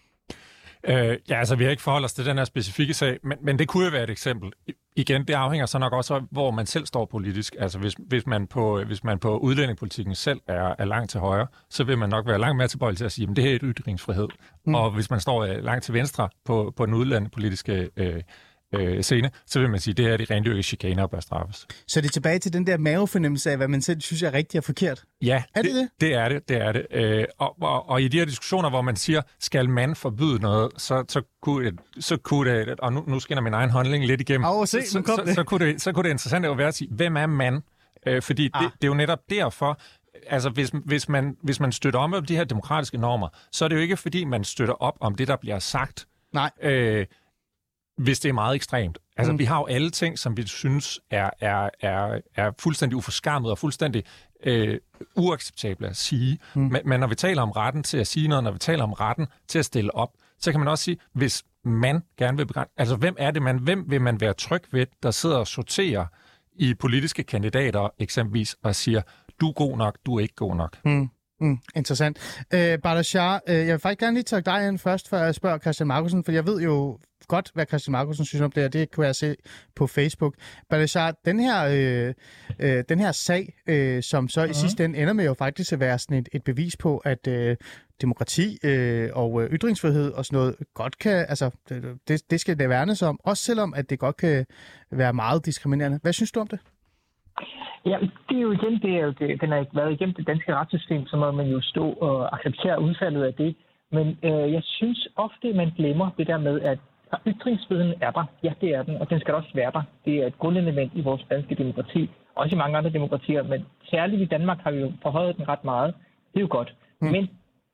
Vi har ikke forholdt os til den her specifikke sag, men det kunne jo være et eksempel. Igen, det afhænger så nok også af, hvor man selv står politisk. Altså, hvis man på udlændingepolitikken selv er langt til højre, så vil man nok være langt mere tilbøjelig til at sige, at det her er et ytringsfrihed. Og hvis man står langt til venstre på den udlændingepolitiske scene, så vil man sige, at det her er de rendyrkede chikaner og bør straffes. Så det er tilbage til den der mavefornemmelse af, hvad man selv synes er rigtigt og forkert? Ja, er det? Det er det. Og i de her diskussioner, hvor man siger, skal man forbyde noget, så kunne det, og nu skinner min egen holdning lidt igennem, så kunne det interessant at være at sige, hvem er man? Fordi det er jo netop derfor, altså hvis man støtter om de her demokratiske normer, så er det jo ikke, fordi man støtter op om det, der bliver sagt. Nej. Hvis det er meget ekstremt. Altså, vi har jo alle ting, som vi synes er fuldstændig uforskammet og fuldstændig uacceptable at sige. Men når vi taler om retten til at sige noget, når vi taler om retten til at stille op, så kan man også sige, hvis man gerne vil begrænse... Altså, hvem vil man være tryg ved, der sidder og sorterer i politiske kandidater eksempelvis og siger, du er god nok, du er ikke god nok. Interessant. Bardashar, jeg vil faktisk gerne lige tage dig ind først, før jeg spørger Christian Markussen, for jeg ved jo godt, hvad Christian Markussen synes om det, og det kunne jeg se på Facebook. Bardashar, den her sag, som så i sidste ende ender med jo faktisk at være sådan et bevis på, at demokrati og ytringsfrihed og sådan noget godt kan, altså det skal det værnes om, også selvom at det godt kan være meget diskriminerende. Hvad synes du om det? Ja, det er jo igen, den har været igennem det danske retssystem, så må man jo stå og acceptere udfaldet af det. Men jeg synes ofte, man glemmer det der med, at ytringsfriheden er der. Ja, det er den, og den skal også være der. Det er et grundelement i vores danske demokrati, også i mange andre demokratier, men særligt i Danmark har vi jo forhøjet den ret meget. Det er jo godt. Men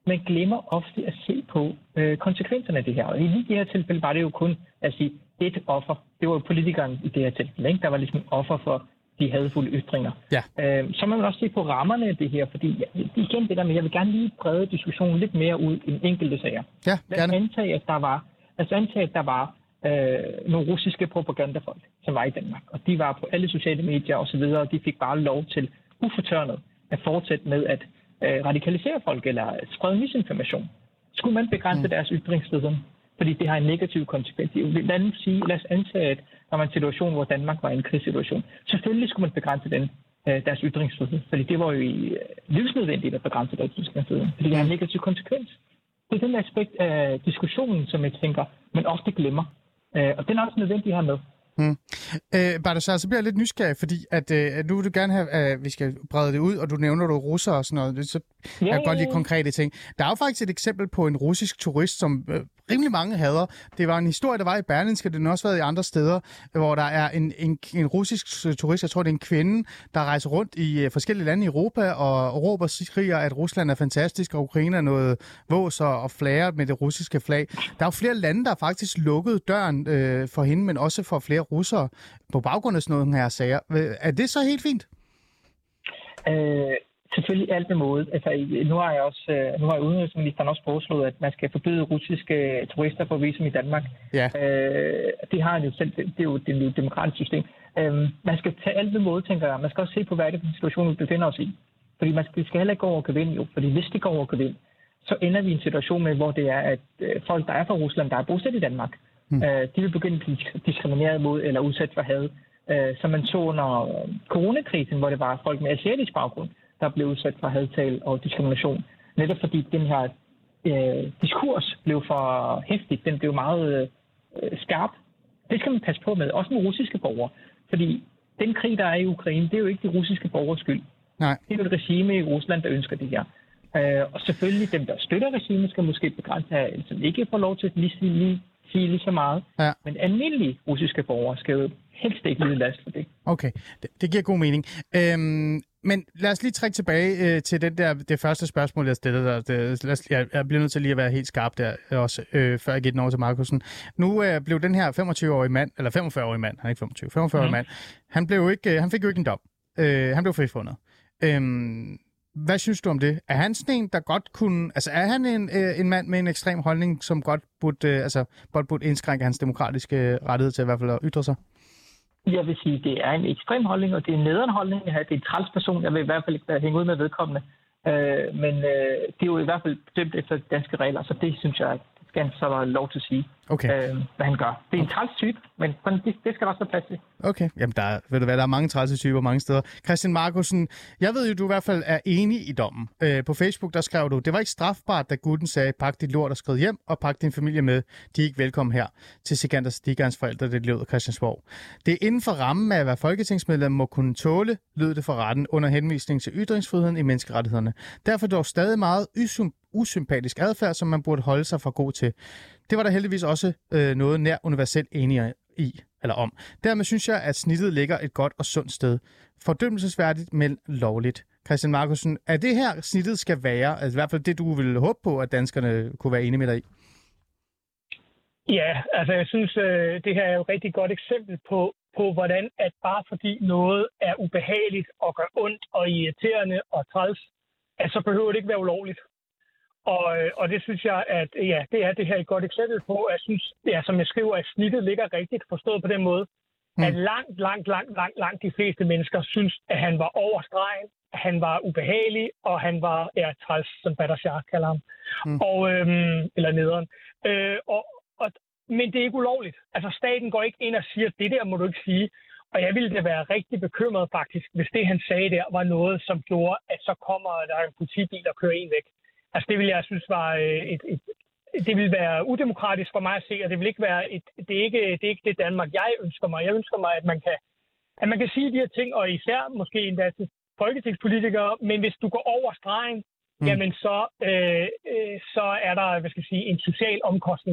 man glemmer ofte at se på konsekvenserne af det her. Og i det her tilfælde var det jo kun at sige, et offer. Det var jo politikeren i det her tilfælde, ikke? Der var ligesom offer for de hadfulde ytringer. Ja. Så må man også se på rammerne af det her, fordi igen det der med, jeg vil gerne lige brede diskussionen lidt mere ud end enkelte sager. Ja, Lad os antage, at der var nogle russiske propagandafolk, som var i Danmark, og de var på alle sociale medier osv., og de fik bare lov til ufortørnet at fortsætte med at radikalisere folk eller sprede misinformation. Skulle man begrænse deres ytringsfrihed? Fordi det har en negativ konsekvens. Lad os antage, at der var en situation, hvor Danmark var i en krigssituation. Selvfølgelig skulle man begrænse deres ytringsfrihed, fordi det var jo livsnødvendigt at begrænse deres ytringsfrihed, fordi det har en negativ konsekvens. Det er den aspekt af diskussionen, som jeg tænker, man ofte glemmer. Og den er også nødvendig her med. Balthasar, så bliver jeg lidt nysgerrig, fordi at nu vil du gerne have, at vi skal brede det ud, og du nævner du russere og sådan noget, så jeg kan godt lide konkrete ting. Der er jo faktisk et eksempel på en russisk turist, som rimelig mange hader. Det var en historie, der var i Berlingske, det har også været i andre steder, hvor der er en russisk turist, jeg tror det er en kvinde, der rejser rundt i forskellige lande i Europa og råber og skriger, at Rusland er fantastisk, og Ukraine er noget vås og flager med det russiske flag. Der er jo flere lande, der faktisk lukkede døren for hende, men også for flere russere på baggrund af sådan nogle her sager. Er det så helt fint? Selvfølgelig alt med måde. Altså, nu har udenrigsministeren også foreslået, at man skal forbyde russiske turister på visum i Danmark. Ja. Det har han jo selv. Det er jo et demokratisk system. Man skal tage alt med måde, tænker jeg. Man skal også se på, hvad er det for en situation, vi befinder os i. Fordi man skal heller ikke gå over gevind, jo. Fordi hvis det går over gevind, så ender vi i en situation med, hvor det er, at folk, der er fra Rusland, der er bosat i Danmark, de vil begynde at blive diskrimineret mod eller udsat for had. Som man så under coronakrisen, hvor det var folk med asiatisk baggrund, der blev udsat for hadtale og diskrimination. Netop fordi den her diskurs blev for hæftig. Den blev meget skarp. Det skal man passe på med. Også med russiske borgere. Fordi den krig, der er i Ukraine, det er jo ikke de russiske borgers skyld. Nej. Det er jo et regime i Rusland, der ønsker det her. Og selvfølgelig dem, der støtter regimet, skal måske begrænse, som ikke får lov til at sige lige så meget. Ja. Men almindelige russiske borgere skal jo helst ikke lide last for det. Okay, det giver god mening. Men lad os lige trække tilbage til det første spørgsmål, jeg stillede dig. Jeg bliver nødt til lige at være helt skarp der også, før jeg giver den over til Markusen. Nu blev den her 25-årige mand, eller 45-årige mand, han er ikke 25, 45-årige mand, han fik jo ikke en dom. Han blev frifundet. Hvad synes du om det? Er han sådan en, der godt kunne... Altså, er han en mand med en ekstrem holdning, som godt burde indskrænke hans demokratiske rettighed til i hvert fald at ytre sig? Jeg vil sige, det er en ekstrem holdning, og det er en nederen holdning. Det er en træls person. Jeg vil i hvert fald ikke hænge ud med vedkommende. Men det er jo i hvert fald dømt efter danske regler, så det synes jeg, det skal han så have lov til at sige, hvad han gør. Det er en træls type, men det skal der også være plads til. Okay, jamen der er mange trælse typer mange steder. Christian Markusen, jeg ved jo, du i hvert fald er enig i dommen. På Facebook, der skrev du, det var ikke strafbart, da gutten sagde, pak dit lort og skrid hjem, og pak din familie med. De er ikke velkommen her til Sikander Stigerens forældre, det lød af Christiansborg. Det er inden for rammen af, at hver folketingsmedlem må kunne tåle, lød det for retten under henvisning til ytringsfriheden i menneskerettighederne. Derfor dog stadig meget usympatisk adfærd, som man burde holde sig for god til. Det var der heldigvis også noget nær universelt enige om. Dermed synes jeg, at snittet ligger et godt og sundt sted. Fordømmelsesværdigt, men lovligt. Christian Markusen, er det her snittet skal være, altså i hvert fald det, du ville håbe på, at danskerne kunne være enige med dig i? Ja, altså jeg synes, det her er jo et rigtig godt eksempel på hvordan at bare fordi noget er ubehageligt og gør ondt og irriterende og træls, at så behøver det ikke være ulovligt. Og det synes jeg, at ja, det er det her et godt eksempel på. Jeg synes, ja, som jeg skriver, at snittet ligger rigtigt forstået på den måde, at langt de fleste mennesker synes, at han var over stregen, at han var ubehagelig, og han var træls, som Balthasar kalder ham, eller nederen. Men det er ikke ulovligt. Altså staten går ikke ind og siger, at det der må du ikke sige. Og jeg ville da være rigtig bekymret faktisk, hvis det han sagde der var noget, som gjorde, at så kommer der en politibil og kører en væk. Altså det ville jeg synes var det ville være udemokratisk for mig at se, og det vil ikke være det er ikke det Danmark jeg ønsker mig. Jeg ønsker mig, at man kan sige de her ting, og især måske endda til folketingspolitikere, men hvis du går over stregen, jamen så er der, en social omkostning ved det.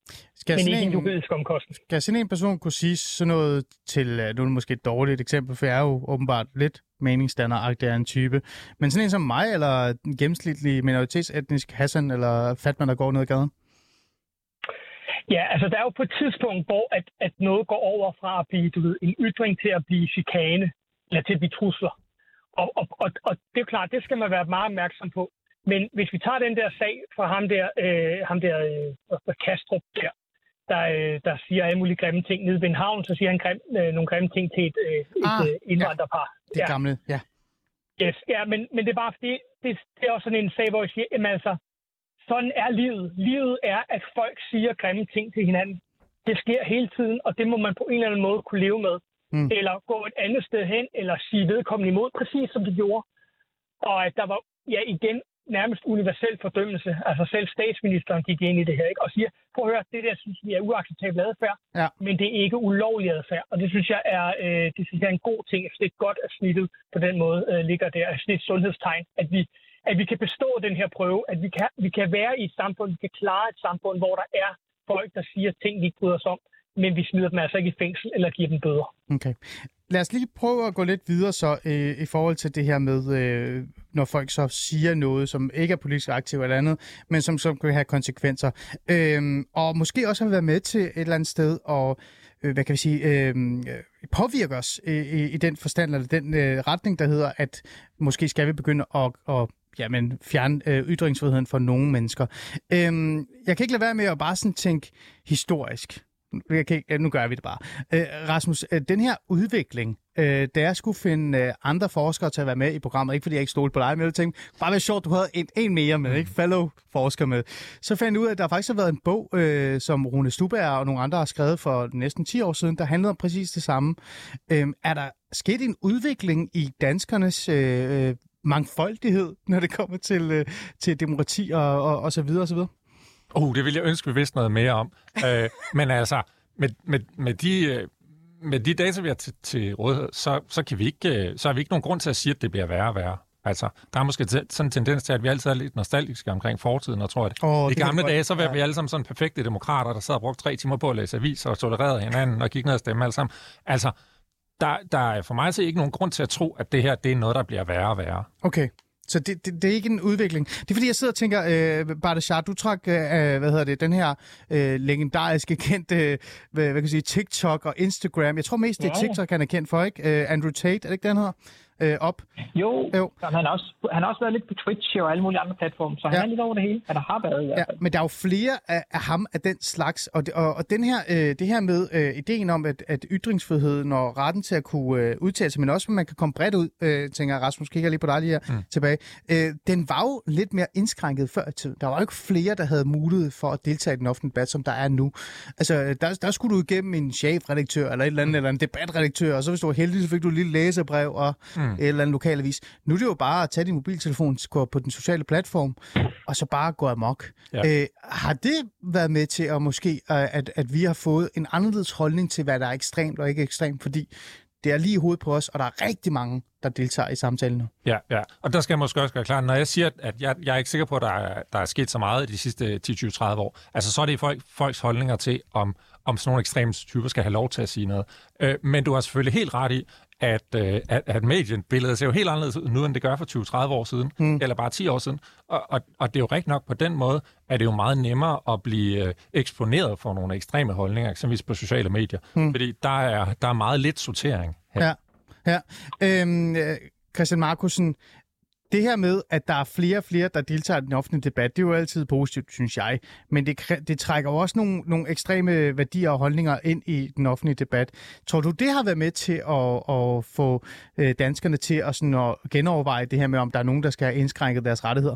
Men ikke en juridisk omkostning. Skal sådan en person kunne sige sådan noget til, nu er det måske et dårligt eksempel, for jeg er jo åbenbart lidt meningsdanner-agtig af en type, men sådan en som mig, eller en gennemsnitlig minoritetsetnisk Hassan, eller Fatma, der går ned ad gaden? Ja, altså der er jo på et tidspunkt, hvor at noget går over fra at blive en ytring til at blive chikane, eller til at blive trusler. Og det er jo klart, det skal man være meget opmærksom på. Men hvis vi tager den der sag fra ham der Kastrup der siger alle mulige grimme ting nede ved en havn, så siger han nogle grimme ting til et indvandrerpar. Det gamle, ja. Yes, ja, men det er bare fordi, det er også sådan en sag, hvor jeg siger, jamen altså, sådan er livet. Livet er, at folk siger grimme ting til hinanden. Det sker hele tiden, og det må man på en eller anden måde kunne leve med. Eller gå et andet sted hen, eller sige vedkommende imod, præcis som de gjorde. Og at der var, igen, nærmest universel fordømmelse. Altså selv statsministeren gik ind i det her, ikke? Og siger, prøv at høre, det der synes vi er uacceptabel adfærd, men det er ikke ulovlig adfærd. Og det synes jeg er en god ting. Det er godt, at snittet på den måde ligger der. Det er et sundhedstegn, at vi kan bestå den her prøve, at vi kan være i et samfund, vi kan klare et samfund, hvor der er folk, der siger ting, vi ikke bryder os om, men vi smider dem altså ikke i fængsel eller giver dem bøder. Okay. Lad os lige prøve at gå lidt videre så i forhold til det her med, når folk så siger noget, som ikke er politisk aktivt eller andet, men som kan have konsekvenser. Og måske også har været med til et eller andet sted og påvirke os i den forstand, eller den retning, der hedder, at måske skal vi begynde at fjerne ytringsfriheden for nogle mennesker. Jeg kan ikke lade være med at bare sådan tænke historisk. Nu gør vi det bare. Rasmus, den her udvikling, da jeg skulle finde andre forskere til at være med i programmet, ikke fordi jeg ikke stolede på dig, men jeg tænkte, bare være sjovt, du havde en mere med, ikke? Fellow forsker med. Så fandt jeg ud af, at der faktisk har været en bog, som Rune Stubager og nogle andre har skrevet for næsten 10 år siden, der handlede om præcis det samme. Er der sket en udvikling i danskernes mangfoldighed, når det kommer til demokrati og så videre og så videre? Det vil jeg ønske, vi vidste noget mere om. Men altså, med de data, vi har til rådighed, så har vi ikke nogen grund til at sige, at det bliver værre og værre. Altså, der er måske sådan en tendens til, at vi altid er lidt nostalgiske omkring fortiden, og tror, at i gamle dage, så var vi alle sammen sådan perfekte demokrater, der sad og brugte 3 timer på at læse aviser og tolererede hinanden og gik ned og stemme alle sammen. Altså, der er for mig så ikke nogen grund til at tro, at det her det er noget, der bliver værre og værre. Okay. Så det er ikke en udvikling. Det er fordi, jeg sidder og tænker, Bardashar, du trak, den her legendariske kendte, TikTok og Instagram. Jeg tror mest, det er TikTok, han er kendt for, ikke? Andrew Tate, er det ikke den her? Op. Jo. Han har også været lidt på Twitch og alle mulige andre platforme, så han er lidt over det hele, at der har været i hvert fald. Men der er jo flere af ham af den slags, og den her, det her med ideen om, at ytringsfriheden og retten til at kunne udtale sig, men også, at man kan komme bredt ud, tænker jeg, Rasmus, kigger lige på dig lige her tilbage, den var jo lidt mere indskrænket før i tiden. Der var jo ikke flere, der havde mulighed for at deltage i den offentlige debat, som der er nu. Altså, der skulle du igennem en chefredaktør eller et eller andet, eller en debatredaktør, og så hvis du var heldig, så fik du et lille læserbrev og et eller andet lokalavis. Nu er det jo bare at tage din mobiltelefon, gå på den sociale platform, og så bare gå amok. Ja. Har det været med til at måske, at vi har fået en anderledes holdning til, hvad der er ekstremt og ikke ekstremt, fordi det er lige i hovedet på os, og der er rigtig mange, der deltager i samtalen nu. Ja. Og der skal jeg måske også gøre klar, når jeg siger, at jeg er ikke sikker på, at der er sket så meget i de sidste 10-20-30 år. Altså, så er det folks holdninger til, om sådan nogle ekstreme typer skal have lov til at sige noget. Men du har selvfølgelig helt ret i, at mediebilledet ser jo helt anderledes ud nu, end det gør for 20-30 år siden, eller bare 10 år siden. Og det er jo rigtigt nok på den måde, at det er jo meget nemmere at blive eksponeret for nogle ekstreme holdninger, eksempelvis på sociale medier. Fordi der er meget lidt sortering her. Ja. Christian Marcussen, det her med, at der er flere og flere, der deltager i den offentlige debat, det er jo altid positivt, synes jeg. Men det trækker jo også nogle ekstreme værdier og holdninger ind i den offentlige debat. Tror du, det har været med til at få danskerne til at genoverveje det her med, om der er nogen, der skal have indskrænket deres rettigheder?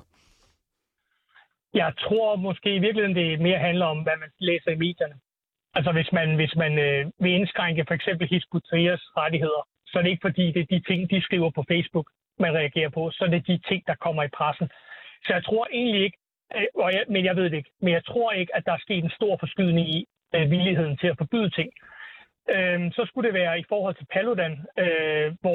Jeg tror måske i virkeligheden, det mere handler om, hvad man læser i medierne. Altså hvis man vil indskrænke for eksempel Hizb ut-Tahrirs rettigheder, så er det ikke fordi, det er de ting, de skriver på Facebook, man reagerer på, så er det de ting, der kommer i pressen. Så jeg tror egentlig ikke, men jeg ved det ikke, men jeg tror ikke, at der er sket en stor forskydning i villigheden til at forbyde ting. Så skulle det være i forhold til Paludan,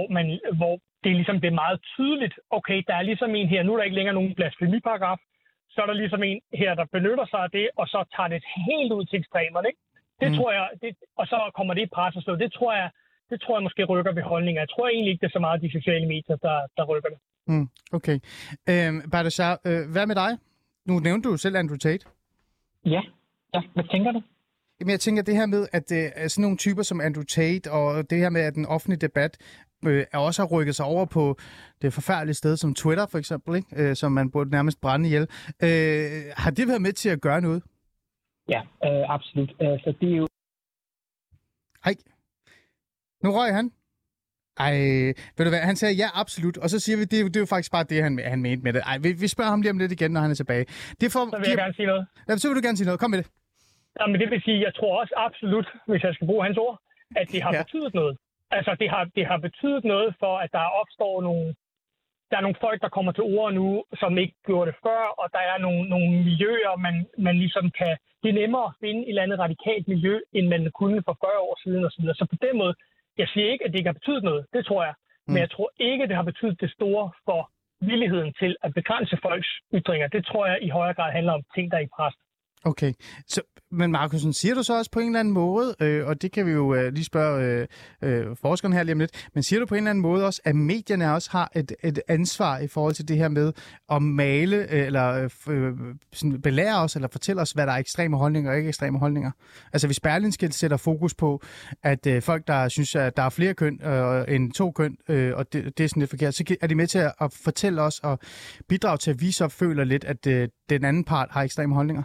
hvor det ligesom bliver meget tydeligt, okay, der er ligesom en her, nu er der ikke længere nogen blasfemiparagraf, så er der ligesom en her, der benytter sig af det, og så tager det helt ud til ekstremerne, ikke? Det tror jeg, og så kommer det i pres og slå. Det tror jeg måske rykker ved holdninger. Jeg tror egentlig ikke, det er så meget de sociale medier, der rykker det. Okay. Baldazar, hvad med dig? Nu nævnte du selv Andrew Tate. Ja. Hvad tænker du? Jamen, jeg tænker det her med, at sådan nogle typer som Andrew Tate, og det her med, at den offentlige debat også har rykket sig over på det forfærdelige sted som Twitter for eksempel, ikke? Som man burde nærmest brænde ihjel. Har det været med til at gøre noget? Ja, absolut. Så det er jo... Hej. Nu røg han. Ved du hvad, han sagde ja, absolut, og så siger vi, det er jo faktisk bare det, han mente med det. Vi spørger ham lige om lidt igen, når han er tilbage. Så vil jeg gerne sige noget. Ja, så vil du gerne sige noget. Kom med det. Jamen, det vil sige, jeg tror også absolut, hvis jeg skal bruge hans ord, at det har betydet noget. Altså, det har betydet noget for, at der opstår der er nogle folk, der kommer til ord nu, som ikke gjorde det før, og der er nogle miljøer, man ligesom kan... Det er nemmere at finde et eller andet radikalt miljø, end man kunne for 40 år siden osv. Så på den måde, jeg siger ikke, at det ikke har betydet noget. Det tror jeg. Men jeg tror ikke, at det har betydet det store for villigheden til at begrænse folks ytringer. Det tror jeg i højere grad handler om ting, der er i pres. Okay, men Markusen, siger du så også på en eller anden måde, og det kan vi jo lige spørge forskeren her lige om lidt, men siger du på en eller anden måde også, at medierne også har et ansvar i forhold til det her med at male, eller belære os, eller fortælle os, hvad der er ekstreme holdninger og ikke ekstreme holdninger? Altså hvis Berlingske sætter fokus på, at folk, der synes, at der er flere køn end 2 køn, og det er sådan lidt forkert, så er de med til at fortælle os og bidrage til, at vi så føler lidt, at den anden part har ekstreme holdninger?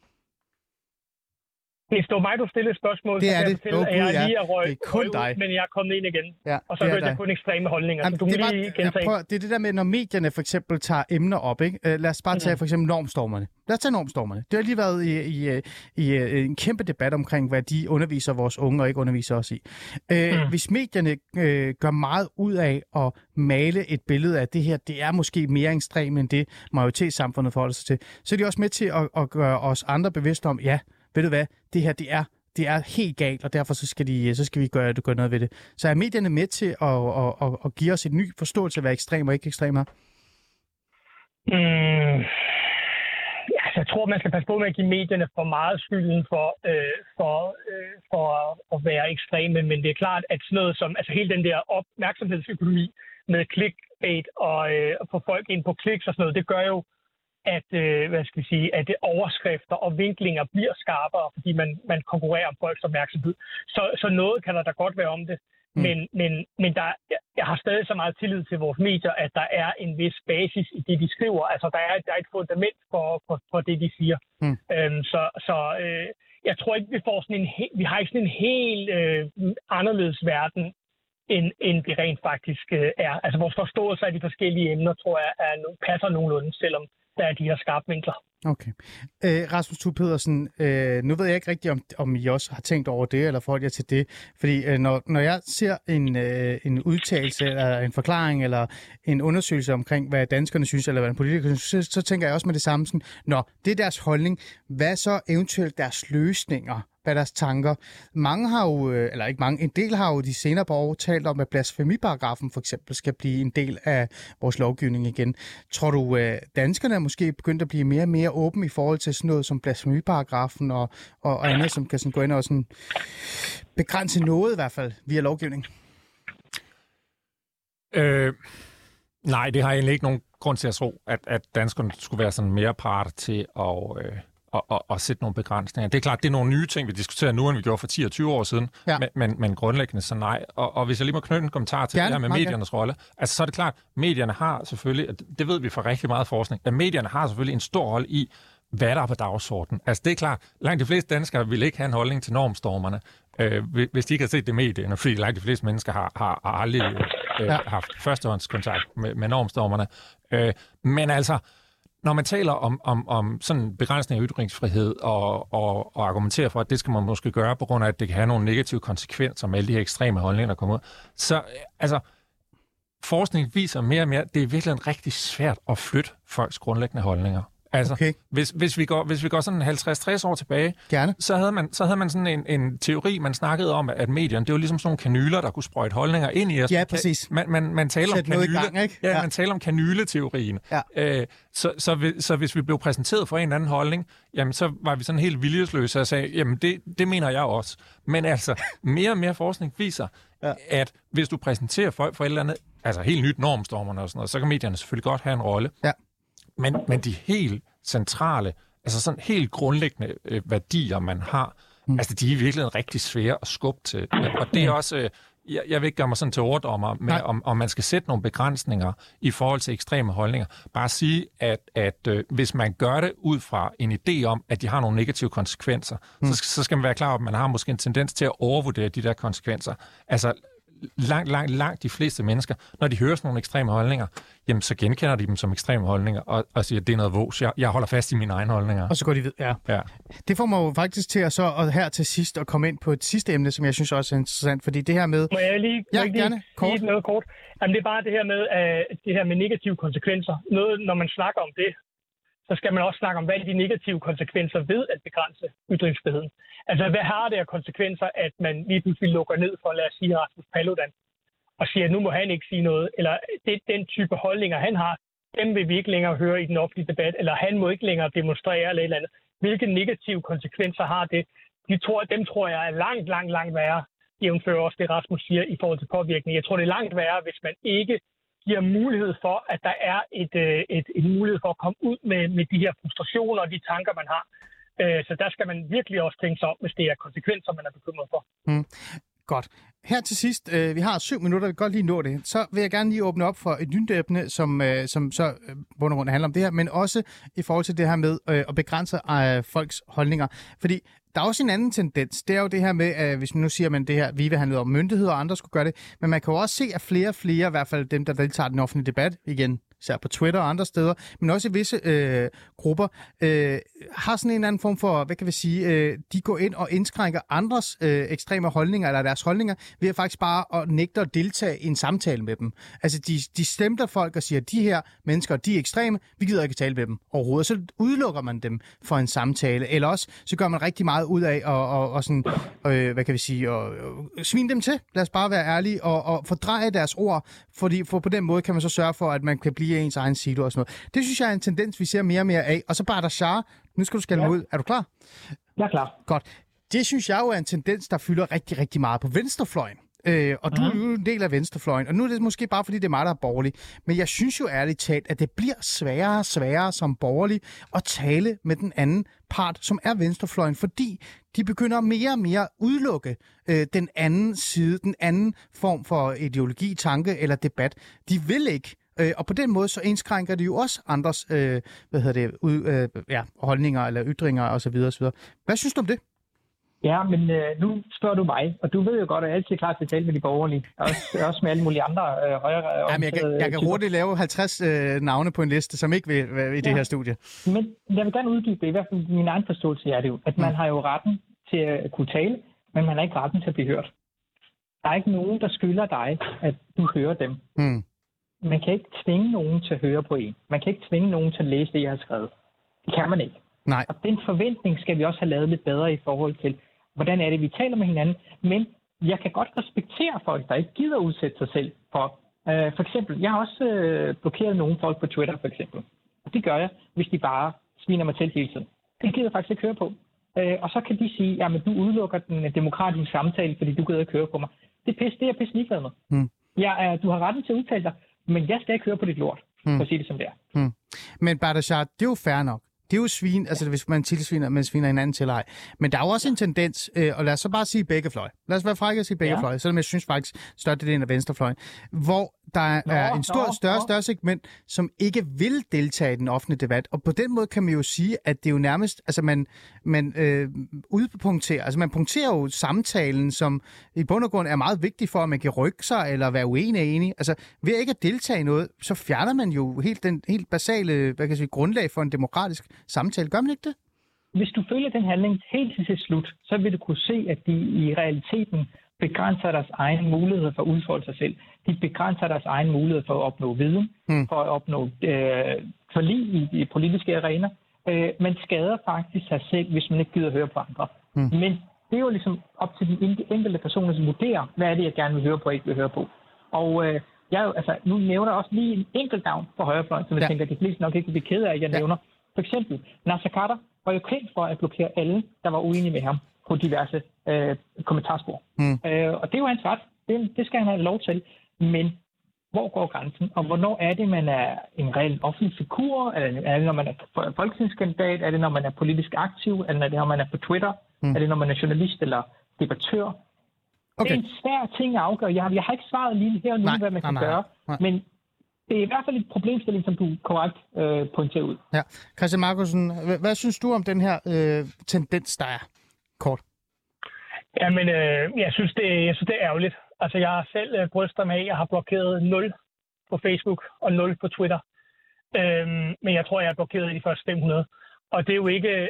Det står mig, du stiller et spørgsmål, det er så det. Fortælle, at jeg lige er røget dig. Men jeg er kommet ind igen. Ja, og så hørte jeg kun ekstreme holdninger. Jamen, så du må lige gentage. Det er det der med, når medierne for eksempel tager emner op. Ikke? Lad os bare tage for eksempel normstormerne. Lad os tage normstormerne. Det har lige været i en kæmpe debat omkring, hvad de underviser vores unge og ikke underviser os i. Hvis medierne gør meget ud af at male et billede af det her, det er måske mere ekstremt end det majoritetssamfundet forholder sig til, så er de også med til at gøre os andre bevidste om, ja, ved du hvad, det her, det er helt galt, og derfor så skal vi gøre noget ved det. Så er medierne med til at give os en ny forståelse af, hvad ekstrem og ikke ekstrem er? Altså, jeg tror, man skal passe på med at give medierne for meget skylden for at være ekstreme, men det er klart, at sådan noget som, altså hele den der opmærksomhedsøkonomi med clickbait og få folk ind på kliks og sådan noget, det gør jo, at, at overskrifter og vinklinger bliver skarpere, fordi man konkurrerer om folks opmærksomhed. Så noget kan der da godt være om det. Men jeg har stadig så meget tillid til vores medier, at der er en vis basis i det, de skriver. Altså, der er et fundament for det, de siger. Jeg tror ikke, vi har ikke sådan en helt anderledes verden, end det rent faktisk er. Altså, vores forståelse af de forskellige emner, tror jeg, passer nogenlunde, selvom der er de her skarpe vinkler. Okay. Rasmus Thue Pedersen, nu ved jeg ikke rigtigt, om I også har tænkt over det, eller forholdt jer til det. Fordi når jeg ser en udtalelse, eller en forklaring, eller en undersøgelse omkring, hvad danskerne synes, eller hvad en politiker synes, så tænker jeg også med det samme sådan, det er deres holdning. Hvad er så eventuelt deres løsninger? Hvad er deres tanker? Mange har jo, eller ikke mange, en del har jo de senere på år talt om, at blasfemiparagrafen for eksempel skal blive en del af vores lovgivning igen. Tror du, danskerne er måske begyndt at blive mere og mere åbne i forhold til sådan noget som blasfemiparagrafen og andet, som kan sådan gå ind og sådan begrænse noget i hvert fald via lovgivning? Nej, det har egentlig ikke nogen grund til at tro, at danskerne skulle være sådan mere parate til at sætte nogle begrænsninger. Det er klart, det er nogle nye ting, vi diskuterer nu, end vi gjorde for 10 og 20 år siden, men grundlæggende så nej. Og hvis jeg lige må knytte en kommentar til det her med mediernes rolle, altså så er det klart, medierne har selvfølgelig, det ved vi fra rigtig meget forskning, at medierne har selvfølgelig en stor rolle i, hvad der er på dagsordenen. Altså det er klart, langt de fleste danskere vil ikke have en holdning til normstormerne, hvis de ikke har set det i medierne, fordi langt de fleste mennesker har aldrig haft førstehåndskontakt med normstormerne. Men altså, når man taler om sådan begrænsning af ytringsfrihed og argumenterer for, at det skal man måske gøre, på grund af, at det kan have nogle negative konsekvenser med alle de her ekstreme holdninger, der kommer ud, så altså, forskning viser mere og mere, at det er virkelig rigtig svært at flytte folks grundlæggende holdninger. Altså, Okay. hvis vi går sådan 50-60 år tilbage, Gerne. så havde man sådan en teori, man snakkede om, at medierne, det var ligesom sådan nogle kanyler, der kunne sprøjte holdninger ind i os. Ja, præcis. Man taler om Sæt noget i kanyle, gang, ikke? man taler om kanyleteorien. Ja. Så hvis vi blev præsenteret for en eller anden holdning, jamen så var vi sådan helt viljesløse og sagde, jamen det mener jeg også. Men altså, mere og mere forskning viser, at hvis du præsenterer folk for et eller andet, altså helt nyt normstormerne og sådan noget, så kan medierne selvfølgelig godt have en rolle. Ja. Men de helt centrale, altså sådan helt grundlæggende værdier, man har, altså de er i virkeligheden rigtig svære at skubbe til. Og det er også, jeg vil ikke gøre mig sådan til overdommer med, om man skal sætte nogle begrænsninger i forhold til ekstreme holdninger. Bare sige, at hvis man gør det ud fra en idé om, at de har nogle negative konsekvenser, så skal man være klar over, at man har måske en tendens til at overvurdere de der konsekvenser. Altså langt de fleste mennesker, når de hører sådan nogle ekstreme holdninger, jamen så genkender de dem som ekstreme holdninger og siger, at det er noget vås. Jeg holder fast i mine egne holdninger. Og så går de videre. Ja. Det får mig jo faktisk til at her til sidst at komme ind på et sidste emne, som jeg synes også er interessant, fordi det her med... Må jeg lige gerne. Sige noget kort? Jamen, det er bare det her med, det her med negative konsekvenser. Noget, når man snakker om det, så skal man også snakke om, hvad er de negative konsekvenser ved at begrænse ytringsfriheden. Altså, hvad har det af konsekvenser, at man lige pludselig lukker ned for, lad os sige, Rasmus Paludan, og siger, at nu må han ikke sige noget, eller den type holdninger, han har, dem vil vi ikke længere høre i den offentlige debat, eller han må ikke længere demonstrere eller et eller andet. Hvilke negative konsekvenser har det? Dem tror jeg er langt værre, jævnfører også det, Rasmus siger, i forhold til påvirkning. Jeg tror, det er langt værre, hvis man ikke giver mulighed for, at der er en mulighed for at komme ud med de her frustrationer og de tanker, man har. Så der skal man virkelig også tænke sig om, hvis det er konsekvenser, man er bekymret for. Godt. Her til sidst, vi har 7 minutter, vi kan godt lige nå det. Så vil jeg gerne lige åbne op for et nyt emne, som så rundt handler om det her, men også i forhold til det her med at begrænse folks holdninger. Fordi der er også en anden tendens. Det er jo det her med, hvis man nu siger, man det her, VIVE handlede om myndigheder, og andre skulle gøre det. Men man kan jo også se, at flere og flere, i hvert fald dem, der deltager i den offentlige debat, igen, især på Twitter og andre steder, men også i visse grupper, har sådan en eller anden form for, hvad kan vi sige, de går ind og indskrænker andres ekstreme holdninger, eller deres holdninger, ved at faktisk bare at nægte at deltage i en samtale med dem. Altså, de stempler folk og siger, at de her mennesker, de er ekstreme, vi gider ikke tale med dem overhovedet. Så udelukker man dem for en samtale, eller også, så gør man rigtig meget ud af og sådan, hvad kan vi sige, og svine dem til. Lad os bare være ærlige og fordreje deres ord, for på den måde kan man så sørge for, at man kan blive ens egen silo og sådan noget. Det synes jeg er en tendens, vi ser mere og mere af. Og så bare Shah, nu skal du skælde mig ud. Er du klar? Jeg er klar. Godt. Det synes jeg jo er en tendens, der fylder rigtig, rigtig meget på venstrefløjen. Og du er jo en del af venstrefløjen, og nu er det måske bare, fordi det er mig, der er borgerlig. Men jeg synes jo ærligt talt, at det bliver sværere og sværere som borgerlig at tale med den anden part, som er venstrefløjen, fordi de begynder mere og mere at udelukke den anden side, den anden form for ideologi, tanke eller debat. De vil ikke. Og på den måde så indskrænker det jo også andres holdninger eller ytringer osv. Hvad synes du om det? Ja, men nu spørger du mig, og du ved jo godt, at jeg altid er klar til at tale med de borgerlige. Også med alle mulige andre højere... Jamen, jeg kan hurtigt lave 50 navne på en liste, som ikke vil være i det her studie. Men jeg vil gerne uddybe det. I hvert fald min egen forståelse er det jo, at man har jo retten til at kunne tale, men man har ikke retten til at blive hørt. Der er ikke nogen, der skylder dig, at du hører dem. Man kan ikke tvinge nogen til at høre på en. Man kan ikke tvinge nogen til at læse det, jeg har skrevet. Det kan man ikke. Nej. Og den forventning skal vi også have lavet lidt bedre i forhold til, hvordan er det, vi taler med hinanden. Men jeg kan godt respektere folk, der ikke gider udsætte sig selv for. For eksempel, jeg har også blokeret nogle folk på Twitter, for eksempel. Og det gør jeg, hvis de bare sviner mig til hele tiden. Det gider jeg faktisk ikke høre på. Og så kan de sige, jamen du udelukker den demokratiske samtale, fordi du gider ikke høre på mig. Det er jeg pisse ligeglad med. Du har retten til at udtale dig, men jeg skal ikke høre på dit lort, for at sige det som det er. Men Bardashar, det er jo fair nok. Det er jo svin, altså hvis man tilsviner, man sviner hinanden til ej. Men der er jo også en tendens, og lad os så bare sige begge fløj. Lad os være frække og sige begge fløj, selvom jeg synes faktisk størstedelen af venstrefløjen, hvor der er en større segment, som ikke vil deltage i den offentlige debat. Og på den måde kan man jo sige, at det er jo nærmest, altså man udpunkterer, altså man punkterer jo samtalen, som i bund og grund er meget vigtig for, at man kan rykke sig eller være uenig. Altså ved ikke at deltage i noget, så fjerner man jo den helt basale, grundlag for en demokratisk samtale. Gør man ikke det? Hvis du følger den handling helt til slut, så vil du kunne se, at de i realiteten begrænser deres egen mulighed for at udfolde sig selv. De begrænser deres egen mulighed for at opnå viden, for at opnå forlig i de politiske arenaer. Man skader faktisk sig selv, hvis man ikke gider at høre på andre. Men det er jo ligesom op til de enkelte personer, som vurderer, hvad er det, jeg gerne vil høre på og ikke vil høre på. Og nu nævner jeg også lige en enkelt navn på højrefløjen, som jeg tænker, at de fleste nok ikke vil blive ked af, at jeg nævner. For eksempel, Naser Khader var jo kendt for at blokere alle, der var uenige med ham på diverse kommentarspor. Og det er jo hans ret. Det skal han have lov til. Men hvor går grænsen? Og hvornår er det, man er en reel offentlig figur? Er det, når man er folketingskandidat? Er det, når man er politisk aktiv? Er det, når man er på Twitter? Er det, når man er journalist eller debattør? Okay. Det er en svær ting at afgøre. Jeg har ikke svaret lige her og nu, hvad man kan gøre. Men det er i hvert fald et problemstilling, som du korrekt pointerer ud. Ja. Christian Marcussen, hvad synes du om den her tendens, der er? Kort. Jamen, jeg synes, det er ærgerligt. Altså, jeg har selv bryster med, at jeg har blokeret 0 på Facebook og 0 på Twitter. Men jeg tror, jeg har blokeret de første 500. Og det er jo ikke...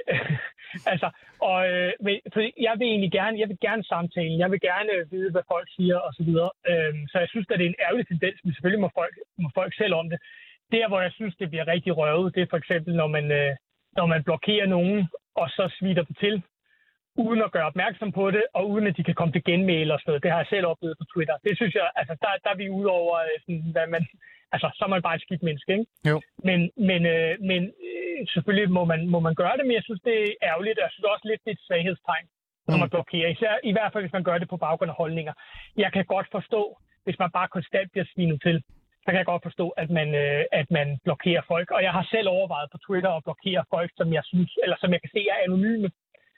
jeg vil gerne samtale. Jeg vil gerne vide, hvad folk siger osv. Så jeg synes, at det er en ærgerlig tendens, men selvfølgelig må folk selv om det. Der, hvor jeg synes, det bliver rigtig røvet, det er for eksempel, når man blokerer nogen, og så svider det til, uden at gøre opmærksom på det, og uden at de kan komme til genmæle og sådan noget. Det har jeg selv oplevet på Twitter. Det synes jeg, altså der er vi ude over, hvad man... Altså, så er man bare et skidt menneske, ikke? Jo. Men selvfølgelig må man gøre det, men jeg synes, det er ærgerligt. Jeg synes også lidt, det er et svaghedstegn, når man blokerer. Især i hvert fald, hvis man gør det på baggrund af holdninger. Jeg kan godt forstå, hvis man bare konstant bliver svinet til, så kan jeg godt forstå, at man blokerer folk. Og jeg har selv overvejet på Twitter at blokere folk, som jeg synes, eller som jeg kan se er anonyme.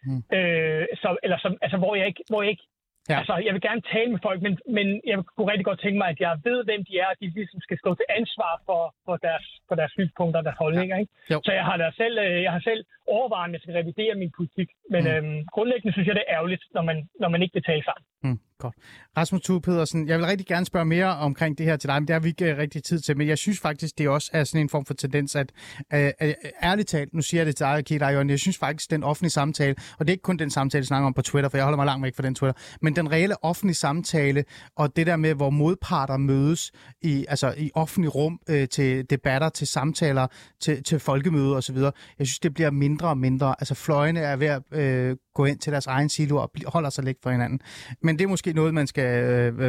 Hvor jeg ikke Ja. Altså, jeg vil gerne tale med folk, men jeg kunne rigtig godt tænke mig, at jeg ved, hvem de er, og de ligesom skal stå til ansvar for deres synspunkter og deres holdninger. Ikke? Så jeg har selv overvejet, at jeg skal revidere min politik. Men grundlæggende synes jeg, det er ærgerligt, når man ikke vil tale sammen. Godt. Rasmus Thue Pedersen, jeg vil rigtig gerne spørge mere omkring det her til dig, men det har vi ikke rigtig tid til. Men jeg synes faktisk, det også er sådan en form for tendens, at ærligt talt, nu siger jeg det til dig, Keith Ayon, jeg synes faktisk, den offentlige samtale, og det er ikke kun den samtale, jeg snakker om på Twitter, for jeg holder mig langt væk fra den Twitter, men den reelle offentlige samtale, og det der med, hvor modparter mødes i offentlig rum til debatter, til samtaler, til folkemøder osv., jeg synes, det bliver mindre og mindre. Altså fløjene er ved at gå ind til deres egen silo og holder sig lidt fra hinanden. Men det er måske noget, man skal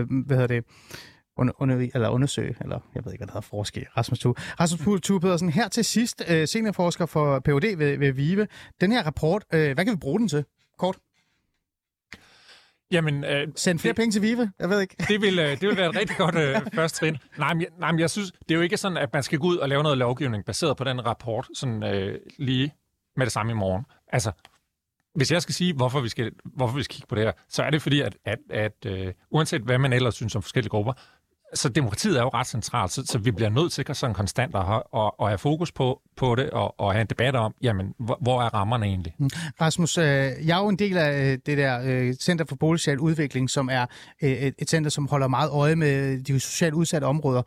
undersøge, eller jeg ved ikke, hvad der hedder, forske. Rasmus Thue Pedersen, her til sidst, seniorforsker for Ph.D. ved VIVE. Den her rapport, hvad kan vi bruge den til? Kort. Jamen, send flere penge til VIVE? Jeg ved ikke. Det vil være et rigtig godt første trin. Nej, men jeg synes, det er jo ikke sådan, at man skal gå ud og lave noget lovgivning baseret på den rapport, sådan lige med det samme i morgen. Altså, hvis jeg skal sige, hvorfor vi skal kigge på det her, så er det fordi, at uanset hvad man ellers synes om forskellige grupper, så demokratiet er jo ret centralt, så vi bliver nødt til sådan konstant at have fokus på det, og have en debat om, jamen, hvor er rammerne egentlig? Rasmus, jeg er jo en del af det der Center for Boligsocial Udvikling, som er et center, som holder meget øje med de socialt udsatte områder.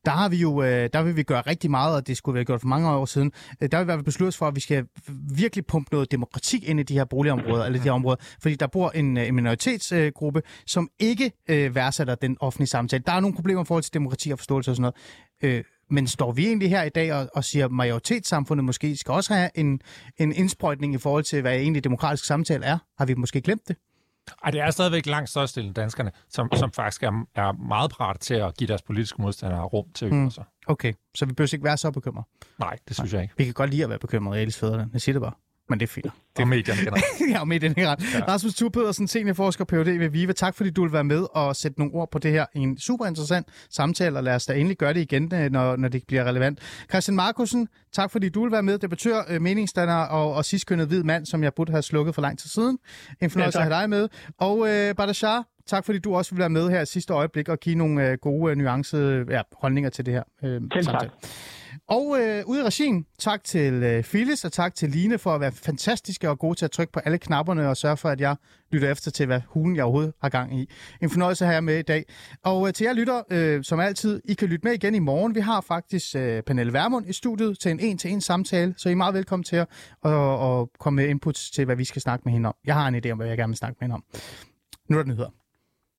Der vil vi gøre rigtig meget, og det skulle vi have gjort for mange år siden. Der vil vi besluttet for, at vi skal virkelig pumpe noget demokrati ind i de her boligområder, eller de her områder, fordi der bor en minoritetsgruppe, som ikke værdsætter den offentlige samtale. Der er nogle problemer i forhold til demokrati og forståelse og sådan noget. Men står vi egentlig her i dag og siger, at majoritetssamfundet måske skal også have en indsprøjtning i forhold til, hvad egentlig demokratisk samtale er? Har vi måske glemt det? Ej, det er stadigvæk langt størstedelen af danskerne, som faktisk er meget parate til at give deres politiske modstandere rum til at ytre sig. Okay, så vi bør ikke være så bekymrede? Nej, det synes jeg ikke. Vi kan godt lide at være bekymrede i Alis Fædreland. Jeg siger det bare. Men det er fint. Det er medierne generelt. Ja, medierne generelt. Ja. Rasmus Thue Pedersen, seniorforsker Ph.D. ved VIVE. Tak fordi du vil være med og sætte nogle ord på det her. En super interessant samtale, og lad os da endelig gøre det igen, når det bliver relevant. Christian Marcussen, tak fordi du vil være med. Debattør, meningsdanner og sidstkønnet hvid mand, som jeg burde have slukket for lang tid siden. En fornøjelse at have dig med. Og Badassar, tak fordi du også vil være med her i sidste øjeblik og give nogle gode nuancede holdninger til det her samtale. Og ude i regien, tak til Phyllis og tak til Line for at være fantastiske og gode til at trykke på alle knapperne og sørge for, at jeg lytter efter til, hvad hulen jeg overhovedet har gang i. En fornøjelse at have med i dag. Og til jer lytter, som altid, I kan lytte med igen i morgen. Vi har faktisk Pernille Vermund i studiet til en en-til-en samtale, så I er meget velkommen til at komme med inputs til, hvad vi skal snakke med hende om. Jeg har en idé om, hvad jeg gerne vil snakke med hende om. Nu er der nyheder.